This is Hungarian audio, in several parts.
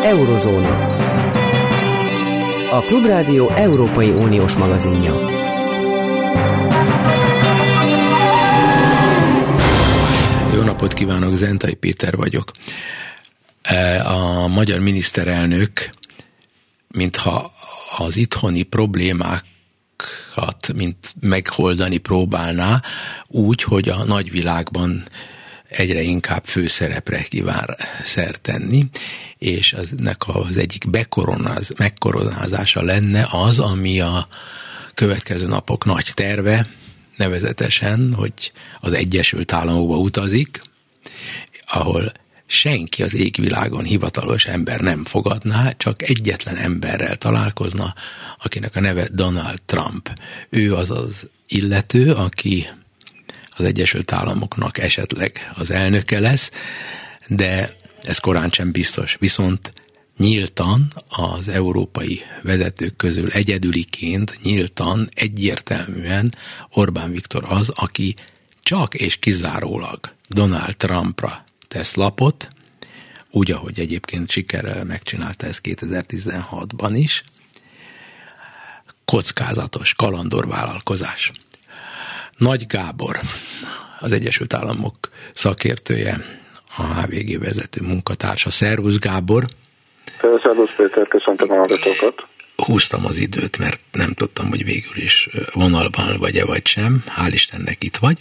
Eurozóna. A Klubrádió Európai Uniós magazinja. Jó napot kívánok, Zentai Péter vagyok. A magyar miniszterelnök, mintha az itthoni problémákat megoldani próbálná, úgy, hogy a nagyvilágban egyre inkább főszerepre kíván szert tenni, és ennek az egyik megkoronázása lenne az, ami a következő napok nagy terve, nevezetesen, hogy az Egyesült Államokba utazik, ahol senki az égvilágon hivatalos ember nem fogadná, csak egyetlen emberrel találkozna, akinek a neve Donald Trump. Ő az az illető, aki az Egyesült Államoknak esetleg az elnöke lesz, de ez korán sem biztos. Viszont nyíltan az európai vezetők közül egyedüliként, nyíltan, egyértelműen Orbán Viktor az, aki csak és kizárólag Donald Trumpra tesz lapot, úgy, ahogy egyébként sikerrel megcsinálta ezt 2016-ban is. Kockázatos, kalandorvállalkozás. Nagy Gábor, az Egyesült Államok szakértője, a HVG vezető munkatársa. Szervusz, Gábor! Szervusz, Péter, köszöntöm a hallgatókat. Húztam az időt, mert nem tudtam, hogy végül is vonalban vagy-e vagy sem. Hál' Istennek itt vagy.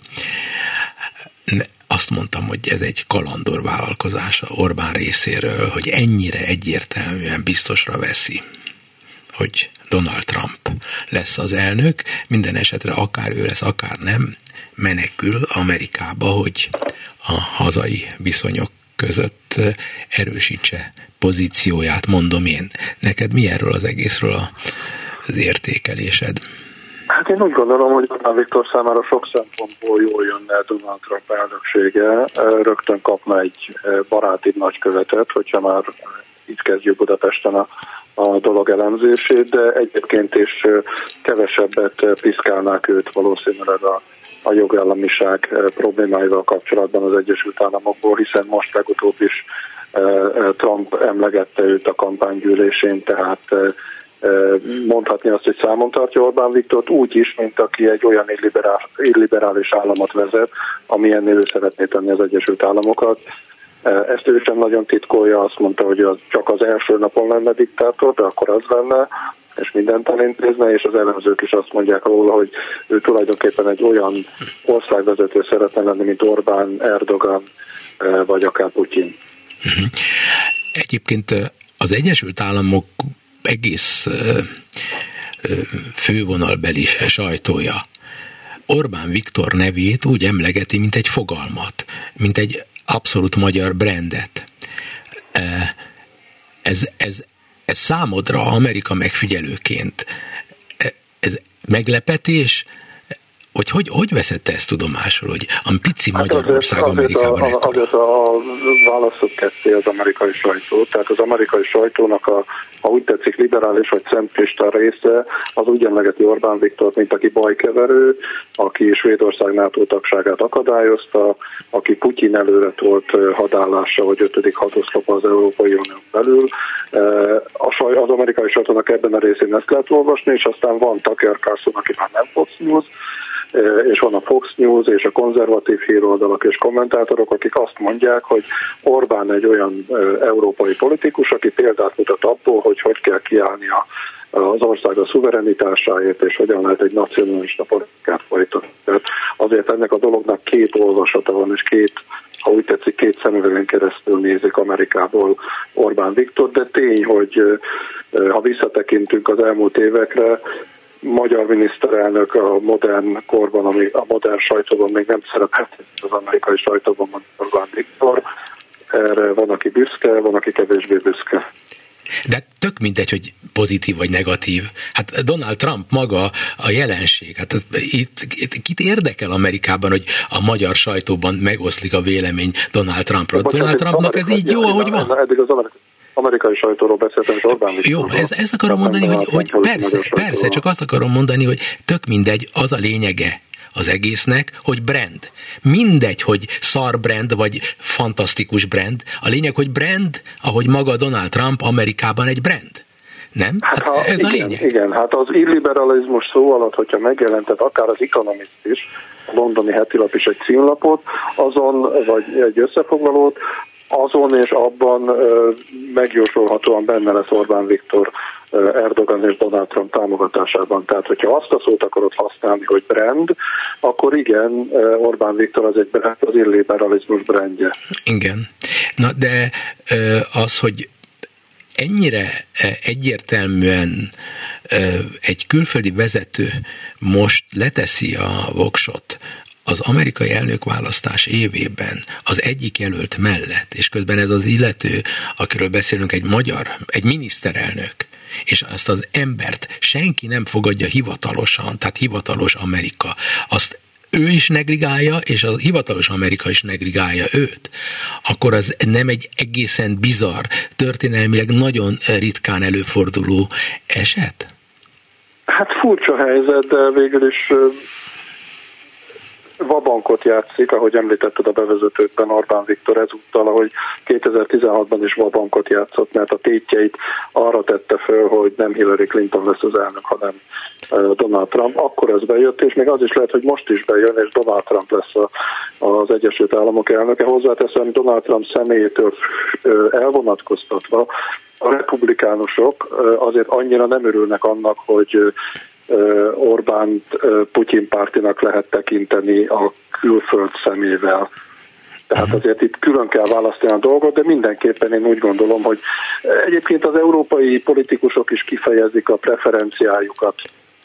Azt mondtam, hogy ez egy kalandorvállalkozás Orbán részéről, hogy ennyire egyértelműen biztosra veszi, hogy Donald Trump lesz az elnök, minden esetre akár ő lesz, akár nem, menekül Amerikába, hogy a hazai viszonyok között erősítse pozícióját, mondom én. Neked mi erről az egészről az értékelésed? Hát én úgy gondolom, hogy Orbán Viktor számára sok szempontból jól jönne Donald Trump elnöksége. Rögtön kapna egy baráti nagykövetet, hogyha már itt kezdjük Budapesten a dolog elemzését, de egyébként is kevesebbet piszkálnák őt valószínűleg a jogállamiság problémáival kapcsolatban az Egyesült Államokból, hiszen most legutóbb is Trump emlegette őt a kampánygyűlésén, tehát mondhatni azt, hogy számon tartja Orbán Viktort úgy is, mint aki egy olyan illiberális államot vezet, amilyennél ő szeretné tenni az Egyesült Államokat. Ezt ő sem nagyon titkolja, azt mondta, hogy az csak az első napon lenne diktátor, de akkor az lenne, és mindent elintézne, és az elemzők is azt mondják róla, hogy ő tulajdonképpen egy olyan országvezető szeretne lenni, mint Orbán, Erdogan, vagy akár Putyin. Egyébként az Egyesült Államok egész fővonalbeli sajtója Orbán Viktor nevét úgy emlegeti, mint egy fogalmat, mint egy abszolút magyar brandet. Ez számodra Amerika megfigyelőként ez meglepetés, hogy veszed te ezt tudomásul, hogy a pici Magyarország Amerikában ekkora? Azért a válaszok ketté az amerikai sajtó, tehát az amerikai sajtónak ha úgy tetszik, liberális vagy centrista része, az úgy emlegeti Orbán Viktort, mint aki bajkeverő, aki Svédország NATO tagságát akadályozta, aki Putyin előre tolt hadállása, vagy 5. hadoszlop az Európai Unión belül. Az amerikai sajtónak ebben a részén ezt lehet olvasni, és aztán van Tucker Carlson, aki már nem Fox News, és van a Fox News és a konzervatív híroldalak és kommentátorok, akik azt mondják, hogy Orbán egy olyan európai politikus, aki példát mutat abból, hogy kell kiállni az ország a szuverenitásáért, és hogyan lehet egy nacionalista politikát folytatni. Tehát azért ennek a dolognak két olvasata van, és ha úgy tetszik, két szemüvegen keresztül nézik Amerikából Orbán Viktor, de tény, hogy ha visszatekintünk az elmúlt évekre, magyar miniszterelnök a modern korban, ami a modern sajtóban még nem szerepelt, az amerikai sajtóban van Orbán Viktor. Erre van, aki büszke, van, aki kevésbé büszke. De tök mindegy, hogy pozitív vagy negatív. Hát Donald Trump maga a jelenség. Hát itt kit érdekel Amerikában, hogy a magyar sajtóban megoszlik a vélemény Donald Trumpról? Donald Trumpnak ez így jó, ahogy van? Eddig az amerikai sajtóról beszéltem, és Orbán Viktorról. Jó, ezt akarom mondani, hogy persze, csak azt akarom mondani, hogy tök mindegy, az a lényege az egésznek, hogy brand. Mindegy, hogy szar brand, vagy fantasztikus brand. A lényeg, hogy brand, ahogy maga Donald Trump Amerikában egy brand. Nem? Hát ez igen, a lényeg. Igen, hát az illiberalizmus szó alatt, hogyha megjelentett akár az Economist is, a londoni hetilap is egy címlapot, azon, vagy egy összefoglalót, azon és abban megjósolhatóan benne lesz Orbán Viktor, Erdogan és Donald Trump támogatásában. Tehát, hogyha azt a szót akarod használni, hogy brand, akkor igen, Orbán Viktor az egy brand, az illiberalizmus brandje. Igen. Na, de az, hogy ennyire egyértelműen egy külföldi vezető most leteszi a voksot az amerikai elnökválasztás évében az egyik jelölt mellett, és közben ez az illető, akiről beszélünk, egy miniszterelnök, és azt az embert senki nem fogadja hivatalosan, tehát hivatalos Amerika, azt ő is negligálja, és a hivatalos Amerika is negligálja őt, akkor az nem egy egészen bizarr, történelmileg nagyon ritkán előforduló eset? Hát furcsa helyzet, de végül is vabankot játszik, ahogy említetted a bevezetőkben Orbán Viktor ezúttal, ahogy 2016-ban is vabankot játszott, mert a tétjeit arra tette föl, hogy nem Hillary Clinton lesz az elnök, hanem Donald Trump. Akkor ez bejött, és még az is lehet, hogy most is bejön, és Donald Trump lesz az Egyesült Államok elnöke. Hozzáteszem, Donald Trump személyétől elvonatkoztatva a republikánusok azért annyira nem örülnek annak, hogy Orbánt Putyin pártinak lehet tekinteni a külföld szemével. Tehát azért itt külön kell választani a dolgot, de mindenképpen én úgy gondolom, hogy egyébként az európai politikusok is kifejezik a preferenciájukat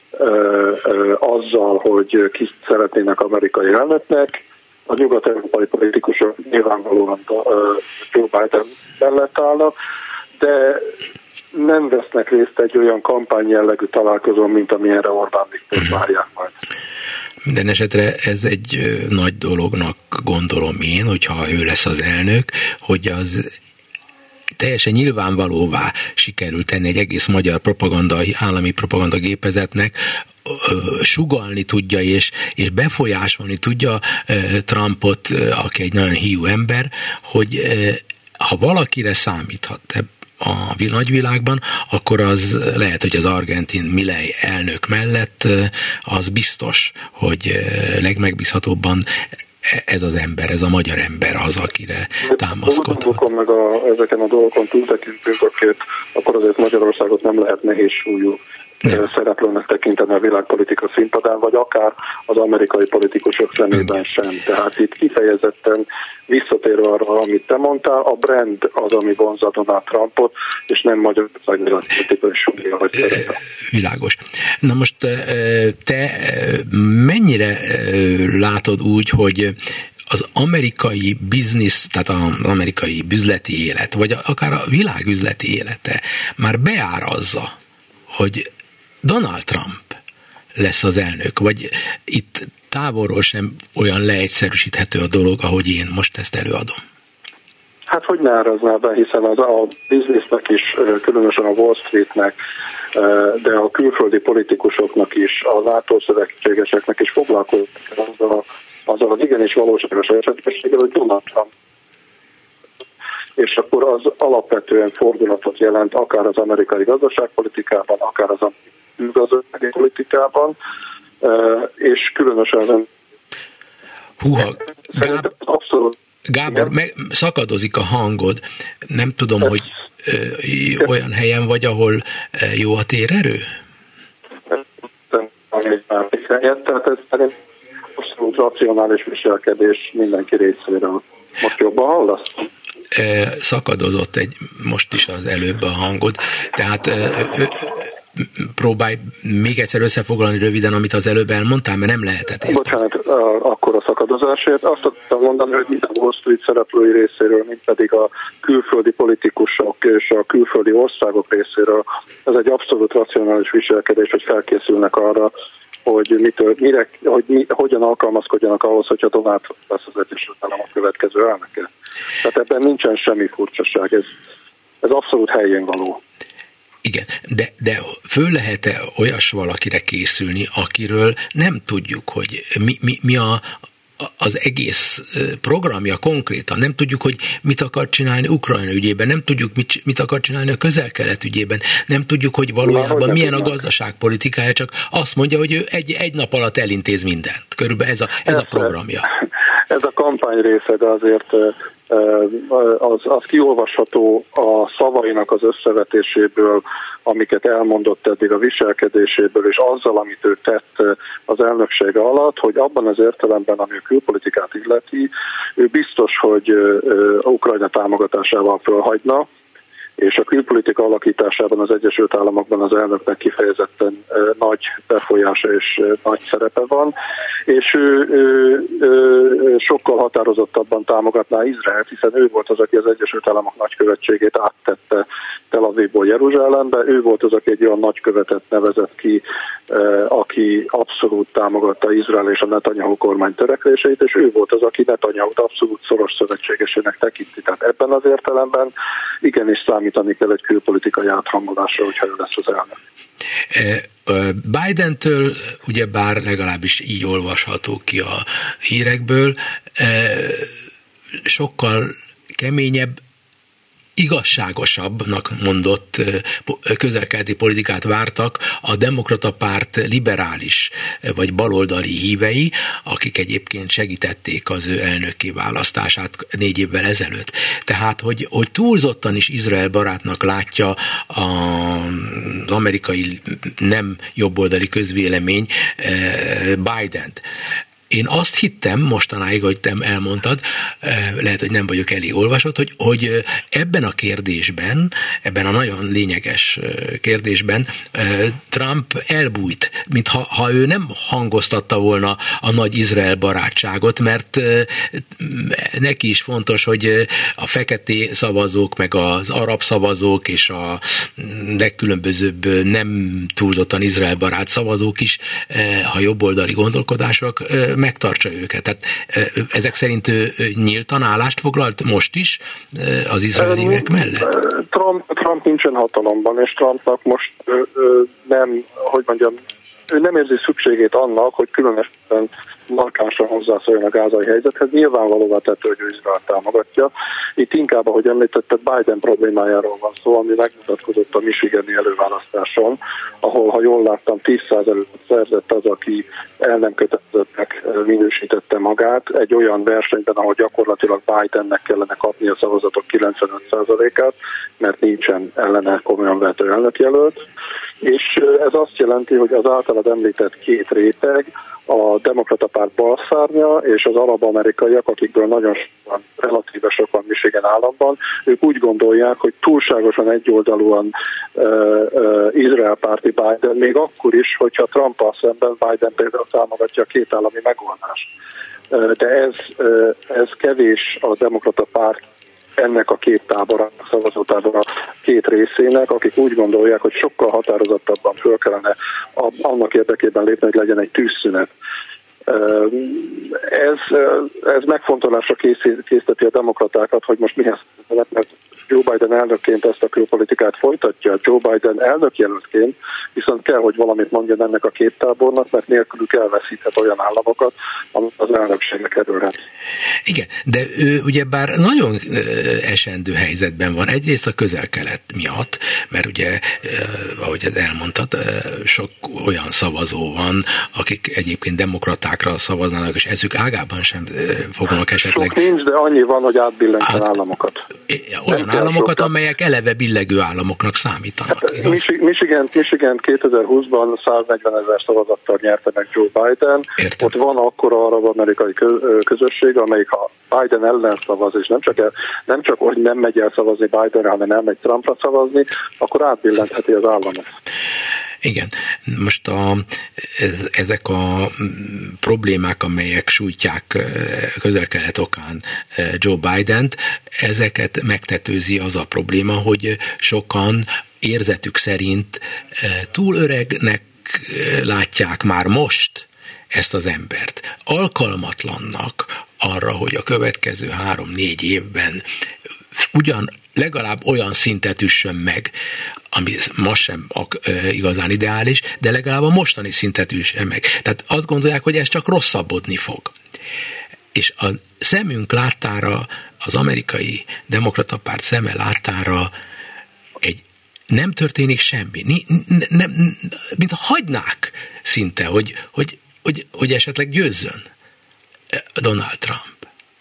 azzal, hogy ki szeretnének amerikai elnöknek. A nyugat-európai politikusok nyilvánvalóan Joe Biden mellett állnak, de nem vesznek részt egy olyan kampányjellegű találkozón, mint amilyenre Orbán Viktor várják majd. Minden esetre ez egy nagy dolognak gondolom én, hogyha ő lesz az elnök, hogy az teljesen nyilvánvalóvá sikerült tenni egy egész magyar állami propagandagépezetnek, sugallni tudja és befolyásolni tudja Trumpot, aki egy nagyon hiú ember, hogy ha valakire számíthat a nagyvilágban, akkor az lehet, hogy az argentin Milei elnök mellett az biztos, hogy legmegbízhatóbban ez az ember, ez a magyar ember az, akire támaszkodhat. Meg ezeken a dolgokon túltekintünk, akkor azért Magyarországot nem lehet nehéz súlyú szereplőnek tekinteni a világpolitika színpadán, vagy akár az amerikai politikusok szemében sem. Tehát itt kifejezetten visszatérve arra, amit te mondtál, a brand az, ami vonzza Donald Trumpot, és nem Magyarország világpolitikai súlya vagy szerepe. Világos. Na most te mennyire látod úgy, hogy az amerikai biznisz, tehát az amerikai üzleti élet, vagy akár a világ üzleti élete már beárazza, hogy Donald Trump lesz az elnök, vagy itt távolról sem olyan leegyszerűsíthető a dolog, ahogy én most ezt előadom? Hát hogy ne árazná be, hiszen a biznisznek is, különösen a Wall Streetnek, de a külföldi politikusoknak is, a NATO szövetségeseknek is foglalkozik azzal az igenis valóságos esetességgel, hogy Donald Trump. És akkor az alapvetően fordulatot jelent akár az amerikai gazdaságpolitikában, akár az gazdasági politikában, és különösen abszolút. Gábor, szakadozik a hangod. Nem tudom, hogy olyan helyen vagy, ahol jó a térerő? Tehát ez szerintem abszolút racionális viselkedés mindenki részéről. Most jobban hallasz? Szakadozott most is az előbb a hangod. Tehát próbálj még egyszer összefoglalni röviden, amit az előbb elmondtál, mert nem lehetett érteni. Bocsánat, akkor a szakadozásért. Azt tudtam mondani, hogy mind a Wall Street szereplői részéről, mint pedig a külföldi politikusok és a külföldi országok részéről. Ez egy abszolút racionális viselkedés, hogy felkészülnek arra, hogy hogyan alkalmazkodjanak ahhoz, hogyha Donald Trump lesz az Egyesült Államok következő elnöke. Tehát ebben nincsen semmi furcsaság, ez abszolút helyén való. Igen, de föl lehet-e olyas valakire készülni, akiről nem tudjuk, hogy mi az egész programja konkrétan, nem tudjuk, hogy mit akar csinálni Ukrajna ügyében, nem tudjuk, mit akar csinálni a Közel-Kelet ügyében, nem tudjuk, hogy valójában milyen a gazdaságpolitikája, csak azt mondja, hogy ő egy nap alatt elintéz mindent. Körülbelül ez a programja. Ez a kampány része, de azért az kiolvasható a szavainak az összevetéséből, amiket elmondott eddig, a viselkedéséből, és azzal, amit ő tett az elnöksége alatt, hogy abban az értelemben, ami a külpolitikát illeti, ő biztos, hogy Ukrajna támogatásával fölhagyna, és a külpolitika alakításában az Egyesült Államokban az elnöknek kifejezetten nagy befolyása és nagy szerepe van, és ő sokkal határozottabban támogatná Izraelt, hiszen ő volt az, aki az Egyesült Államok nagykövetségét áttette Tel Avivból Jeruzsálembe, ő volt az, aki egy olyan nagykövetet nevezett ki, aki abszolút támogatta Izrael és a Netanyahu kormány törekvéseit, és ő volt az, aki Netanyahut abszolút szoros szövetségesének tekinti. Tehát ebben az értelemben igenis számítani kell egy külpolitikai áthangolásra, hogyha ő lesz az elnök. Bidentől, ugyebár legalábbis így olvasható ki a hírekből, sokkal keményebb, igazságosabbnak mondott közel-keleti politikát vártak a demokrata párt liberális vagy baloldali hívei, akik egyébként segítették az ő elnökké választását 4 évvel ezelőtt. Tehát, hogy túlzottan is Izrael barátnak látja az amerikai nem jobboldali közvélemény Bident. Én azt hittem mostanáig, hogy te elmondtad, lehet, hogy nem vagyok elég olvasott, hogy ebben a kérdésben, ebben a nagyon lényeges kérdésben Trump elbújt, mintha ő nem hangoztatta volna a nagy Izrael barátságot, mert neki is fontos, hogy a feketé szavazók, meg az arab szavazók és a legkülönbözőbb nem túlzottan Izrael barát szavazók is, ha jobboldali gondolkodások, megtartsa őket. Tehát ezek szerint ő nyíltan állást foglalt most is az izraeliek mellett? Trump nincsen hatalomban, és Trumpnak most ő nem érzi szükségét annak, hogy különösen markánsan hozzászóljon a gázai helyzethez. Nyilvánvalóvá tette, hogy ő Izraelt támogatja. Itt inkább, ahogy említetted, Biden problémájáról van szó, ami megmutatkozott a michigani előválasztáson, ahol, ha jól láttam, 10%-ot szerzett az, aki el nem kötelezettnek minősítette magát egy olyan versenyben, ahol gyakorlatilag Bidennek kellene kapni a szavazatok 95%-át, mert nincsen ellene komolyan vehető elnökjelölt. És ez azt jelenti, hogy az általad említett 2 réteg, a demokrata párt balszárnya és az arab-amerikaiak, akikből nagyon sokan, relatíve sokan Michigan államban, ők úgy gondolják, hogy túlságosan egyoldalúan Izrael párti Biden, még akkor is, hogyha Trumpal szemben Biden például támogatja a 2 állami megoldást. De ez kevés a demokrata párt ennek a 2 táborának, szavazótábor 2 részének, akik úgy gondolják, hogy sokkal határozottabban föl kellene annak érdekében lépni, hogy legyen egy tűzszünet. Ez megfontolásra készteti a demokratákat, hogy most mihez, mert Joe Biden elnökként ezt a külpolitikát folytatja, Joe Biden elnökjelöltként, viszont kell, hogy valamit mondjon ennek a 2 tábornak, mert nélkülük elveszíthet olyan államokat, amit az elnökségre kerülhet. Igen, de ő ugyebár nagyon esendő helyzetben van. Egyrészt a Közel-Kelet miatt, mert ugye, ahogy elmondtad, sok olyan szavazó van, akik egyébként demokratákra szavaznának, és ezük ágában sem fognak esetleg... Sok nincs, de annyi van, hogy átbillentsen államokat. Olyan államokat, amelyek eleve billegő államoknak számítanak. Michigan 2020-ban 140 000 szavazattal nyerte meg Joe Biden. Értem. Ott van akkora arab-amerikai közösség, amelyik ha Biden ellen szavaz, és nem csak hogy nem megy el szavazni Bidenre, hanem elmegy Trumpra szavazni, akkor átbillentheti az államot. Igen, most ezek a problémák, amelyek sújtják Közel-Kelet okán Joe Bident, ezeket megtetőzi az a probléma, hogy sokan érzetük szerint túl öregnek látják már most ezt az embert. Alkalmatlannak arra, hogy a következő 3-4 évben legalább olyan szintet üssön meg, ami most sem igazán ideális, de legalább a mostani szintet üssön meg. Tehát azt gondolják, hogy ez csak rosszabbodni fog. És a szemünk láttára, az amerikai demokrata párt szeme láttára nem történik semmi. Mint hagynák szinte, hogy esetleg győzzön Donald Trump.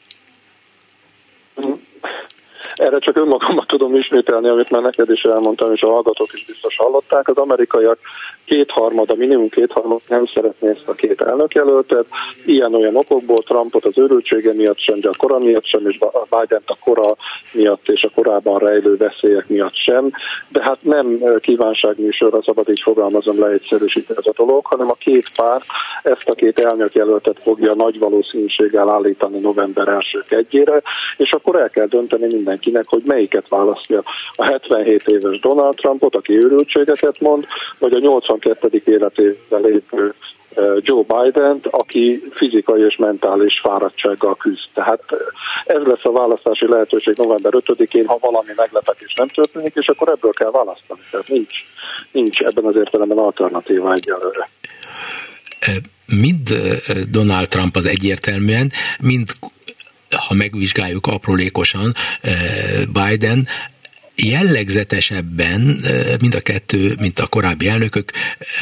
Erre csak önmagamat tudom ismételni, amit már neked is elmondtam, és a hallgatók is biztos hallották. Az amerikaiak minimum kétharmad nem szeretné ezt a két elnökjelöltet. Ilyen-olyan okokból, Trumpot az őrültsége miatt sem, de a kora miatt sem, és Bident a kora miatt és a korában rejlő veszélyek miatt sem. De hát nem kívánságműsorra szabad, így fogalmazom, leegyszerűsíteni ez a dolog, hanem a két párt ezt a két elnökjelöltet fogja nagy valószínűséggel állítani november 1-ére, és akkor el kell dönteni mindenkinek, hogy melyiket választja. A 77 éves Donald Trumpot, aki őrültségeket mond, vagy a 82. életével lépő Joe Bident, aki fizikai és mentális fáradtsággal küzd. Tehát ez lesz a választási lehetőség november 5-én, ha valami meglepetés nem történik, és akkor ebből kell választani. Tehát nincs ebben az értelemben alternatíva egyelőre. Mind Donald Trump az egyértelműen, mind ha megvizsgáljuk aprólékosan, Biden jellegzetesebben, mind a kettő, mint a korábbi elnökök,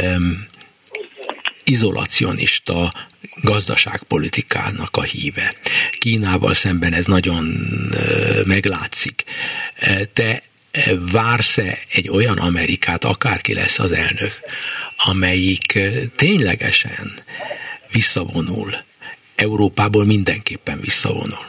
izolacionista gazdaságpolitikának a híve. Kínával szemben ez nagyon meglátszik. Te vársz-e egy olyan Amerikát, akárki lesz az elnök, amelyik ténylegesen visszavonul? Európából mindenképpen visszavonul.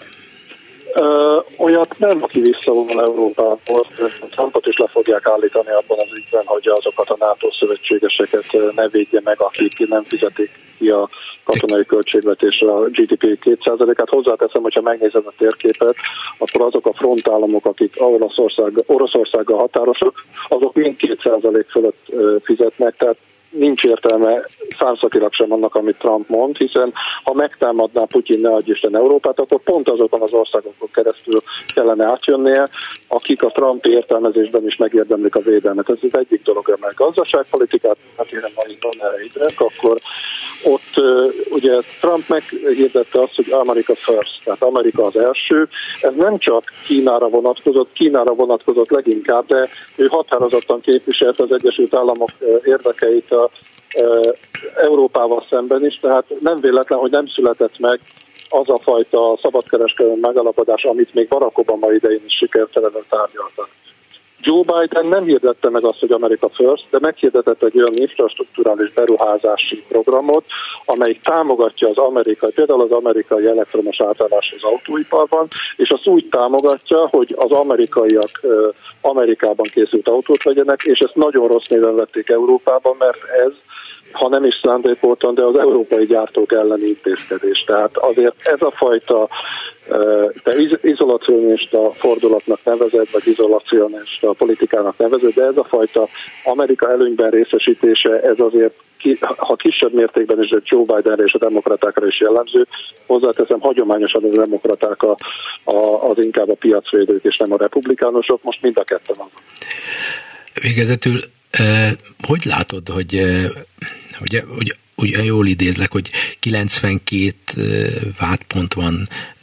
Olyat nem, aki visszavonul Európából. Trumpot is le fogják állítani abban az ügyben, hogy azokat a NATO szövetségeseket ne védje meg, akik nem fizetik ki a katonai költségvetésre a GDP 2%-át. Hozzáteszem, hogyha megnézed a térképet, akkor azok a frontállamok, akik Oroszországgal határosak, azok mind 2% fölött fizetnek, tehát nincs értelme számszakilag sem annak, amit Trump mond, hiszen ha megtámadná Putyin, ne adj Isten Európát, akkor pont azokon az országokon keresztül kellene átjönnie, akik a Trump értelmezésben is megérdemlik a védelmet. Ez az egyik dolog, mert gazdaságpolitikát, hát én majd erre idők, akkor ott ugye Trump meghirdette azt, hogy America first, tehát Amerika az első. Ez nem csak Kínára vonatkozott leginkább, de ő határozottan képviselt az Egyesült Államok érdekeit Európával szemben is, tehát nem véletlen, hogy nem született meg az a fajta szabadkereskedelmi megállapodás, amit még Barack Obama idején is sikertelenül tárgyaltak. Joe Biden nem hirdette meg azt, hogy America First, de meghirdetett egy olyan infrastrukturális beruházási programot, amelyik támogatja például az amerikai elektromos átállást az autóiparban, és azt úgy támogatja, hogy az amerikaiak Amerikában készült autót vegyenek, és ezt nagyon rossz néven vették Európában, mert ez, ha nem is szándékoltan, de az európai gyártók elleni intézkedés. Tehát azért ez a fajta te izolacionista fordulatnak nevezed, vagy izolacionista politikának nevezed, de ez a fajta Amerika előnyben részesítése, ez azért, ha kisebb mértékben is, de Joe Bidenre és a demokratákra is jellemző, hozzáteszem, hagyományosan a demokraták az inkább a piacvédők, és nem a republikánusok, most mind a ketten azok. Végezetül, hogy látod, hogy jól idézlek, hogy 92 vádpont van.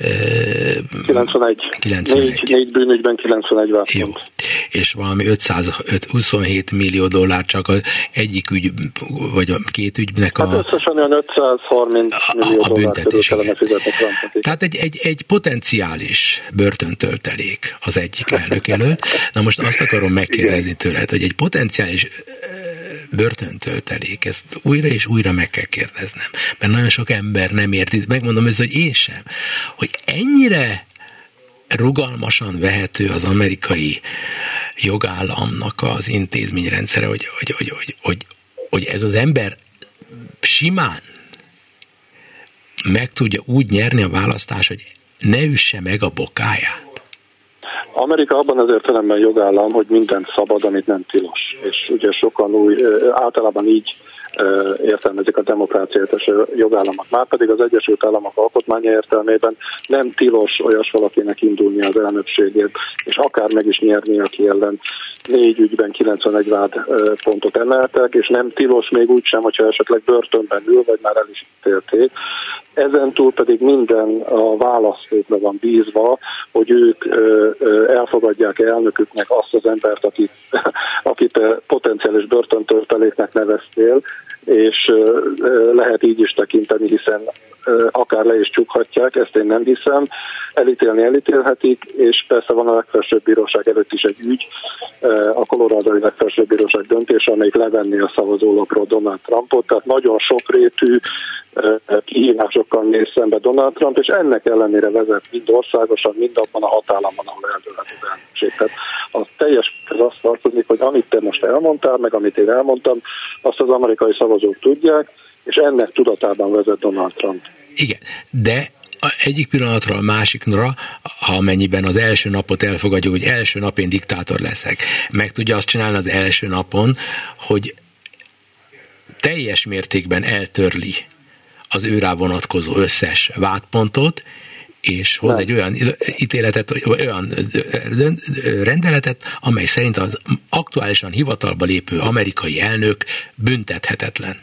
91. 4 bűnügyben 91 vádpont. Jó. És valami 527 millió dollár csak az egyik ügy, vagy a két ügynek hát összesen olyan 530 millió a büntetés. Tehát egy potenciális börtöntöltelék az egyik elnökjelölt. Na most azt akarom megkérdezni tőled, hogy egy potenciális börtöntöltelék, ezt újra és újra meg kell kérdeznem, mert nagyon sok ember nem érti, megmondom ezt, hogy én sem, hogy ennyire rugalmasan vehető az amerikai jogállamnak az intézményrendszere, hogy ez az ember simán meg tudja úgy nyerni a választást, hogy ne üsse meg a bokáját. Amerika abban az értelemben jogállam, hogy mindent szabad, amit nem tilos. És ugye sokan általában így értelmezik a demokráciát és a jogállamot. Márpedig az Egyesült Államok alkotmánya értelmében nem tilos olyas valakinek indulni az elnökségért, és akár meg is nyerni, aki ellen 4 ügyben 91 vádpontot emeltek, és nem tilos még úgysem, hogyha esetleg börtönben ül, vagy már el is ítélték. Ezentúl pedig minden a választókra van bízva, hogy ők elfogadják elnöküknek azt az embert, akit potenciális börtöntölteléknek neveztél, és lehet így is tekinteni, hiszen akár le is csukhatják, ezt én nem hiszem, elítélhetik, és persze van a legfelsőbb bíróság előtt is egy ügy, a Colorado-i legfelsőbb bíróság döntése, amelyik levenni a szavazólapról Donald Trumpot, tehát nagyon sokrétű kihívásokkal néz szembe Donald Trump, és ennek ellenére vezet mind országosan, mind abban a hatállamban, ahol eldőlhet az elnökség. Tehát a teljes ez azt tartozik, hogy amit te most elmondtál, meg amit én elmondtam, azt az amerikai szavazók tudják, és ennek tudatában vezet Donald Trump. Igen, de egyik pillanatra a másikra, ha amennyiben az első napot elfogadjuk, hogy első nap én diktátor leszek, meg tudja azt csinálni az első napon, hogy teljes mértékben eltörli az őrá vonatkozó összes vádpontot, és hoz egy olyan ítéletet, vagy olyan rendeletet, amely szerint az aktuálisan hivatalba lépő amerikai elnök büntethetetlen.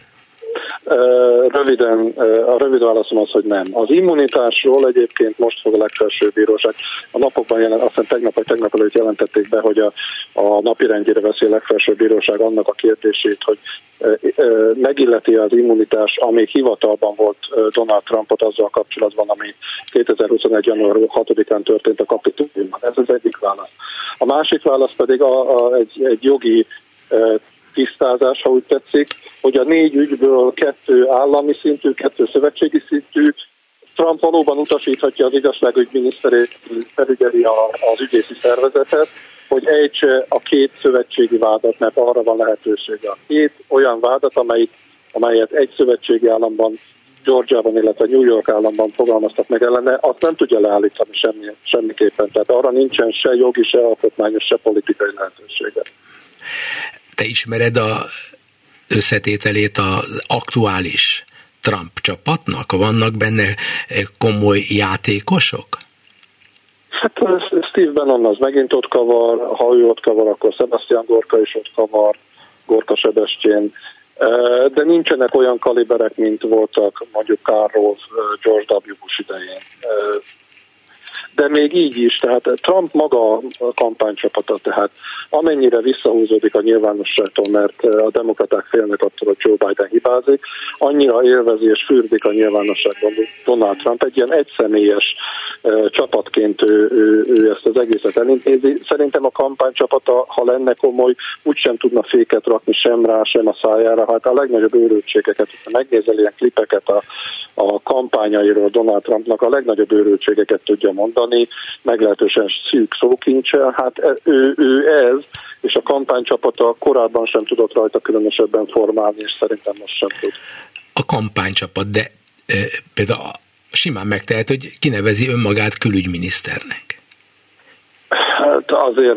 A rövid válaszom az, hogy nem. Az immunitásról egyébként most fog a legfelsőbb bíróság. A napokban aztán tegnap előtt jelentették be, hogy a napirendjére veszi a legfelsőbb bíróság annak a kérdését, hogy megilleti az immunitás, ami hivatalban volt Donald Trumpot azzal kapcsolatban, ami 2021. január 6-án történt a Kapitoliumban. Ez az egyik válasz. A másik válasz pedig egy jogi tisztázás, ha úgy tetszik, hogy a 4 ügyből 2 állami szintű, 2 szövetségi szintű. Trump valóban utasíthatja az igazságügyminiszterét, felügyeli az ügyészi szervezetet, hogy ejtse a 2 szövetségi vádat, mert arra van lehetősége. A 2 olyan vádat, amelyet egy szövetségi államban, Georgiában, illetve New York államban fogalmaztak meg ellene, azt nem tudja leállítani semmiképpen. Tehát arra nincsen se jogi, se alkotmányos, se politikai lehetősége. Te ismered az összetételét az aktuális Trump csapatnak? Vannak benne komoly játékosok? Hát Steve Bannon az megint ott kavar, ha ő ott kavar, akkor Sebastian Gorka is ott kavar, Gorka Sebestyén, de nincsenek olyan kaliberek, mint voltak mondjuk Karl Rove, George W. Bush idején. De még így is, tehát Trump maga a kampánycsapata, tehát amennyire visszahúzódik a nyilvánosságtól, mert a demokraták félnek attól, hogy Joe Biden hibázik, annyira élvezi és fürdik a nyilvánosságban Donald Trump. Egy ilyen egyszemélyes csapatként ő ezt az egészet elintézi. Szerintem a kampánycsapata, ha lenne komoly, úgysem tudna féket rakni sem rá, sem a szájára. Hát a legnagyobb őrültségeket, ha megnézel ilyen klipeket a kampányairól Donald Trumpnak, a legnagyobb őrültségeket tudja mondani, meglehetősen szűk szókincsel. Hát ő ez, és a kampánycsapata korábban sem tudott rajta különösebben formálni, és szerintem most sem tud. A kampánycsapat, de például simán megtehet, hogy kinevezi önmagát külügyminiszternek. Hát azért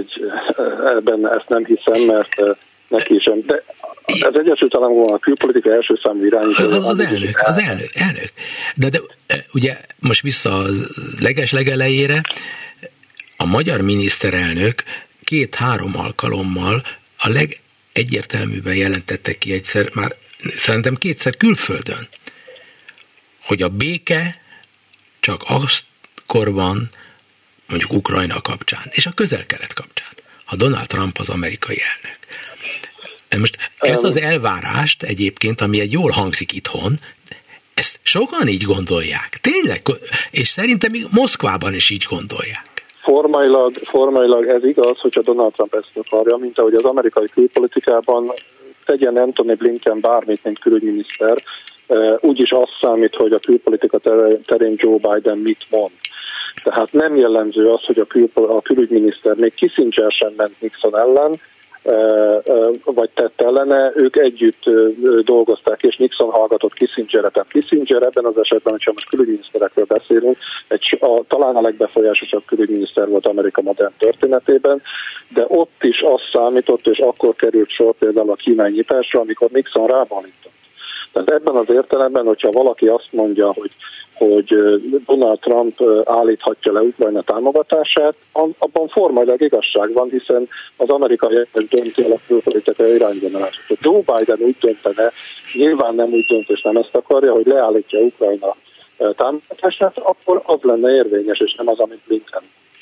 ebben ezt nem hiszem, mert neki sem. De az Egyesült Államokban a külpolitika első számú irányító. Az elnök. De ugye most vissza a legelejére, a magyar miniszterelnök 2-3 alkalommal a legegyértelműbben jelentette ki egyszer, már szerintem 2-szer külföldön, hogy a béke csak akkor van, mondjuk Ukrajna kapcsán, és a Közel-Kelet kapcsán, ha Donald Trump az amerikai elnök. Most ezt az elvárást egyébként, ami egy jól hangzik itthon, ezt sokan így gondolják. Tényleg? És szerintem még Moszkvában is így gondolják. Formailag ez igaz, hogyha Donald Trump ezt akarja, mint ahogy az amerikai külpolitikában tegyen Antony Blinken bármit, mint külügyminiszter, úgyis az számít, hogy a külpolitika terén Joe Biden mit mond. Tehát nem jellemző az, hogy a külügyminiszter még Kissinger sem ment Nixon ellen, vagy tett ellene, ők együtt dolgozták, és Nixon hallgatott Kissingerre. Tehát Kissinger ebben az esetben, hogyha most külügyminiszterekről beszélünk, talán a legbefolyásosabb külügyminiszter volt Amerika modern történetében, de ott is az számított, és akkor került sor például a kínai nyitásra, amikor Nixon rábólintott. Tehát ebben az értelemben, hogyha valaki azt mondja, hogy Donald Trump állíthatja le Ukrajna támogatását, abban formailag igazság van, hiszen az amerikai dönti el a külpolitikai irányvonalást. Ha Joe Biden úgy döntene, nyilván nem úgy dönt, és nem ezt akarja, hogy leállítja Ukrajna támogatását, akkor az lenne érvényes, és nem az, amit Blinken.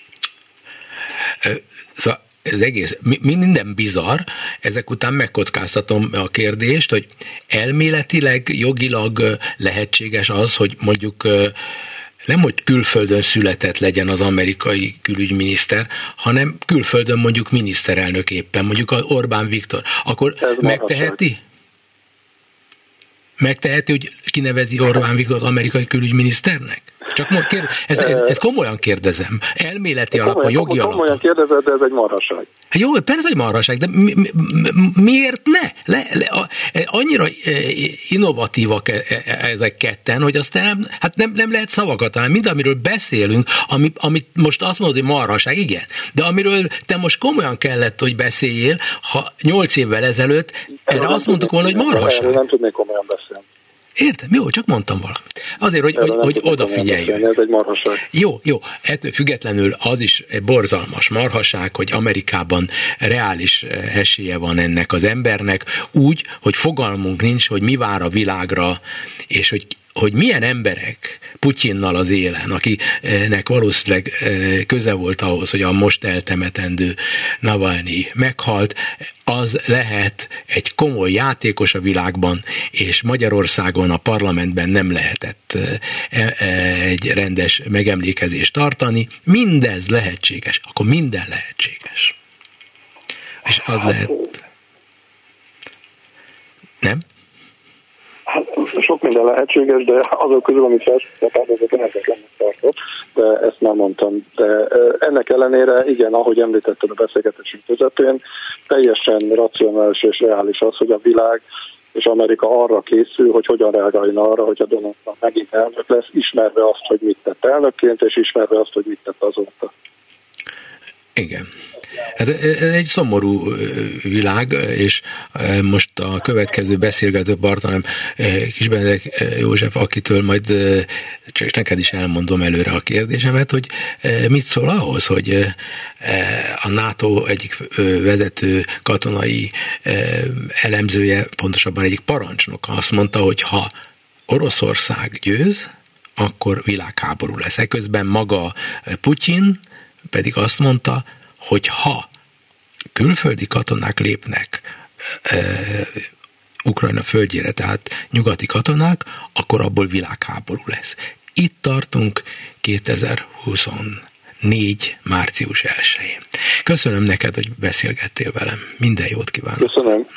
Szóval ez egész, minden bizarr, ezek után megkockáztatom a kérdést, hogy elméletileg, jogilag lehetséges az, hogy mondjuk nem, hogy külföldön született legyen az amerikai külügyminiszter, hanem külföldön mondjuk miniszterelnök éppen, mondjuk Orbán Viktor. Akkor megteheti? Megteheti, hogy kinevezi Orbán Viktor az amerikai külügyminiszternek? Csak ezt komolyan kérdezem. Elméleti alapon, jogi alapon. Komolyan kérdezed, de ez egy marhaság. Jó, persze egy marhaság, de miért ne? Annyira innovatívak ezek ketten, hogy aztán nem lehet szavakat találni. Mind, amiről beszélünk, amit most azt mondod, hogy marhaság, igen. De amiről te most komolyan kellett, hogy beszéljél, ha 8 évvel ezelőtt erre azt mondtuk volna, hogy marhaság. Erről nem tudnék komolyan beszélni. Értem? Jó, csak mondtam valamit. Azért, hogy odafigyeljünk. Ez egy marhaság. Jó. Ettől függetlenül az is egy borzalmas marhaság, hogy Amerikában reális esélye van ennek az embernek, úgy, hogy fogalmunk nincs, hogy mi vár a világra, és hogy milyen emberek Putyinnal az élen, akinek valószínűleg köze volt ahhoz, hogy a most eltemetendő Navalnyi meghalt, az lehet egy komoly játékos a világban, és Magyarországon a parlamentben nem lehetett egy rendes megemlékezést tartani. Mindez lehetséges, akkor minden lehetséges. És az lehet... Nem? Sok minden lehetséges, de azok közül, amit felsoroltál, azok lehetetlennek tartott, de ezt már mondtam. De ennek ellenére, igen, ahogy említetted a beszélgetésünk közepén, teljesen racionális és reális az, hogy a világ és Amerika arra készül, hogy hogyan reagáljon arra, hogy a Donald Trump megint elnök lesz, ismerve azt, hogy mit tett elnökként, és ismerve azt, hogy mit tett azóta. Igen. Hát ez egy szomorú világ, és most a következő beszélgető partnerem Kis Benedek József, akitől majd csak neked is elmondom előre a kérdésemet, hogy mit szól ahhoz, hogy a NATO egyik vezető katonai elemzője, pontosabban egyik parancsnoka azt mondta, hogy ha Oroszország győz, akkor világháború lesz. Eközben maga Putyin pedig azt mondta, hogy ha külföldi katonák lépnek Ukrajna földjére, tehát nyugati katonák, akkor abból világháború lesz. Itt tartunk 2024. március 1-én. Köszönöm neked, hogy beszélgettél velem. Minden jót kívánok. Köszönöm.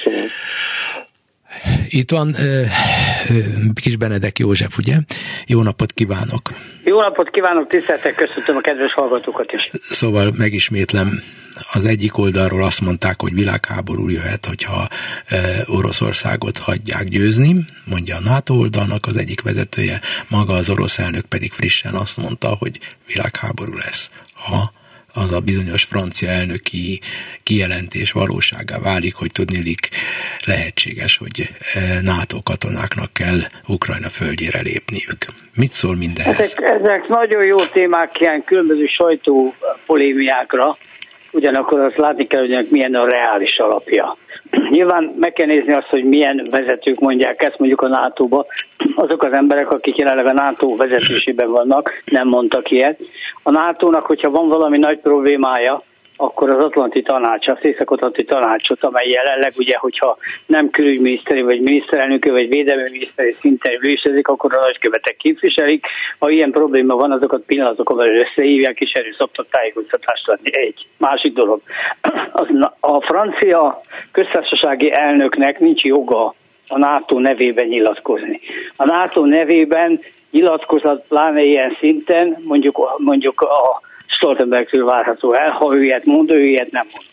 Itt van Kis Benedek József, ugye? Jó napot kívánok! Jó napot kívánok, tiszteltek, köszöntöm a kedves hallgatókat is. Szóval megismétlem, az egyik oldalról azt mondták, hogy világháború jöhet, hogyha Oroszországot hagyják győzni, mondja a NATO oldalnak az egyik vezetője, maga az orosz elnök pedig frissen azt mondta, hogy világháború lesz, ha az a bizonyos francia elnöki kijelentés valóságá válik, hogy tudniillik lehetséges, hogy NATO katonáknak kell Ukrajna földjére lépniük. Mit szól mindehhez? Ezek nagyon jó témák, ilyen különböző sajtópolémiákra, ugyanakkor azt látni kell, hogy milyen a reális alapja. Nyilván meg kell nézni azt, hogy milyen vezetők mondják ezt, mondjuk a NATO-ba. Azok az emberek, akik jelenleg a NATO vezetésében vannak, nem mondtak ilyet. A NATO-nak, hogyha van valami nagy problémája, akkor az Atlanti Tanács, az Észak-Atlanti Tanácsot, amely jelenleg ugye, hogyha nem külügyminiszteri, vagy miniszterelnökő, vagy védelmi miniszteri szinten ülésezik, akkor a nagykövetek képviselik. Ha ilyen probléma van, azokat pillanatokon belül összehívják, és erről szoktak tájékoztatást adni. Egy. Másik dolog. A francia köztársasági elnöknek nincs joga a NATO nevében nyilatkozni. A NATO nevében nyilatkozat, pláne ilyen szinten, mondjuk a Stoltenbergtől várható el, ha ő ilyet mond, ő ilyet nem mondott.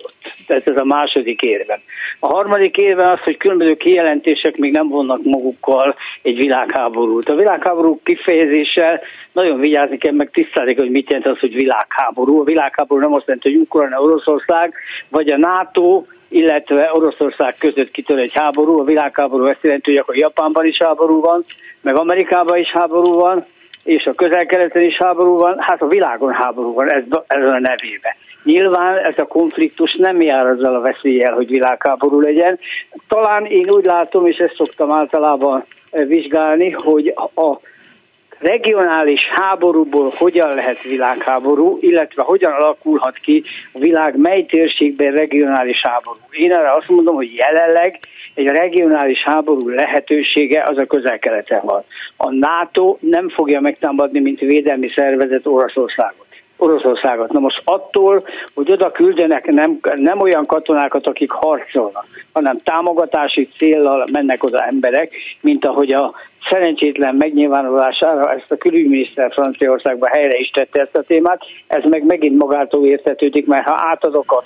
Tehát ez a második érvem. A harmadik érvem az, hogy különböző kijelentések még nem vonnak magukkal egy világháborút. A világháború kifejezéssel nagyon vigyázni kell, meg tisztázni, hogy mit jelent az, hogy világháború. A világháború nem azt jelenti, hogy Ukrajna, Oroszország, vagy a NATO, illetve Oroszország között kitör egy háború. A világháború azt jelenti, hogy akkor Japánban is háború van, meg Amerikában is háború van, és a Közel-Keleten is háború van, hát a világon háború van, ez a nevébe. Nyilván ez a konfliktus nem jár azzal a veszéllyel, hogy világháború legyen. Talán én úgy látom, és ezt szoktam általában vizsgálni, hogy a regionális háborúból hogyan lehet világháború, illetve hogyan alakulhat ki a világ mely térségben regionális háború. Én arra azt mondom, hogy jelenleg egy regionális háború lehetősége az a Közel-Keleten van. A NATO nem fogja megtámadni, mint védelmi szervezet Oroszországot. Na most attól, hogy oda küldenek nem olyan katonákat, akik harcolnak, hanem támogatási céllal mennek oda emberek, mint ahogy a szerencsétlen megnyilvánulására ezt a külügyminiszter Franciaországban helyre is tette ezt a témát, ez meg megint magától értetődik, mert ha átadok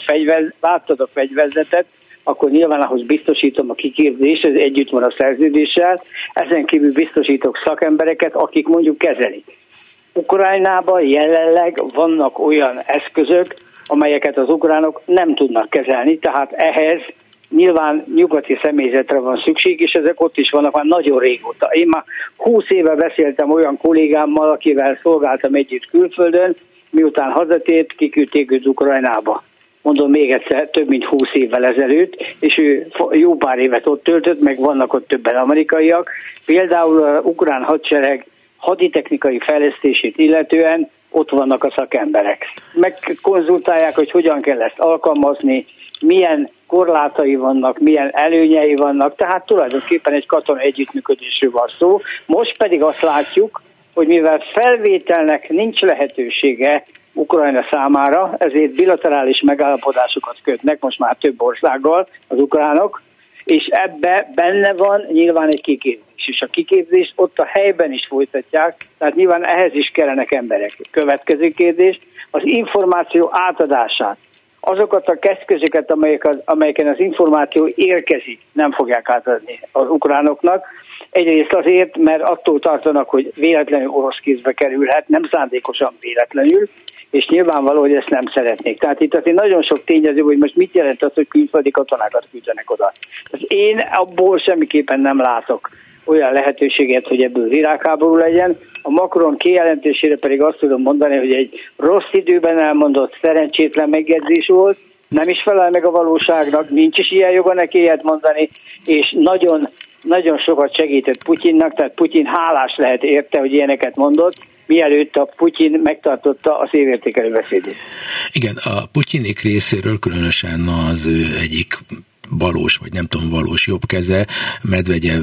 a fegyverzetet, akkor nyilván ahhoz biztosítom a kiképzést, ez együtt van a szerződéssel, ezen kívül biztosítok szakembereket, akik mondjuk kezelik. Ukrajnában jelenleg vannak olyan eszközök, amelyeket az ukránok nem tudnak kezelni, tehát ehhez nyilván nyugati személyzetre van szükség, és ezek ott is vannak már nagyon régóta. Én már 20 éve beszéltem olyan kollégámmal, akivel szolgáltam együtt külföldön, miután hazatért, kiküldték őt Ukrajnába. Mondom még egyszer, több mint 20 évvel ezelőtt, és ő jó pár évet ott töltött, meg vannak ott többen amerikaiak. Például az ukrán hadsereg haditechnikai fejlesztését illetően ott vannak a szakemberek. Megkonzultálják, hogy hogyan kell ezt alkalmazni, milyen korlátai vannak, milyen előnyei vannak, tehát tulajdonképpen egy katonai együttműködésről van szó. Most pedig azt látjuk, hogy mivel felvételnek nincs lehetősége Ukrajna számára, ezért bilaterális megállapodásokat kötnek most már több országgal az ukránok, és ebbe benne van nyilván egy kiképzés. És a kiképzést ott a helyben is folytatják, tehát nyilván ehhez is kellenek emberek. Következő kérdés, az információ átadását. Azokat a eszközöket, amelyeken az információ érkezik, nem fogják átadni az ukránoknak. Egyrészt azért, mert attól tartanak, hogy véletlenül orosz kézbe kerülhet, nem szándékosan véletlenül, és nyilvánvaló, hogy ezt nem szeretnék. Tehát itt azért nagyon sok tényező, hogy most mit jelent az, hogy külföldi katonákat küldenek oda. Tehát én abból semmiképpen nem látok olyan lehetőséget, hogy ebből világháború legyen. A Macron kijelentésére pedig azt tudom mondani, hogy egy rossz időben elmondott szerencsétlen megjegyzés volt, nem is felel meg a valóságnak, nincs is ilyen joga neki ilyet mondani, és nagyon, nagyon sokat segített Putyinnak, tehát Putyin hálás lehet érte, hogy ilyeneket mondott, mielőtt a Putyin megtartotta az évértékelő beszédét. Igen, a Putyinék részéről különösen az egyik valós, vagy nem tudom, valós jobbkeze, Medvegyev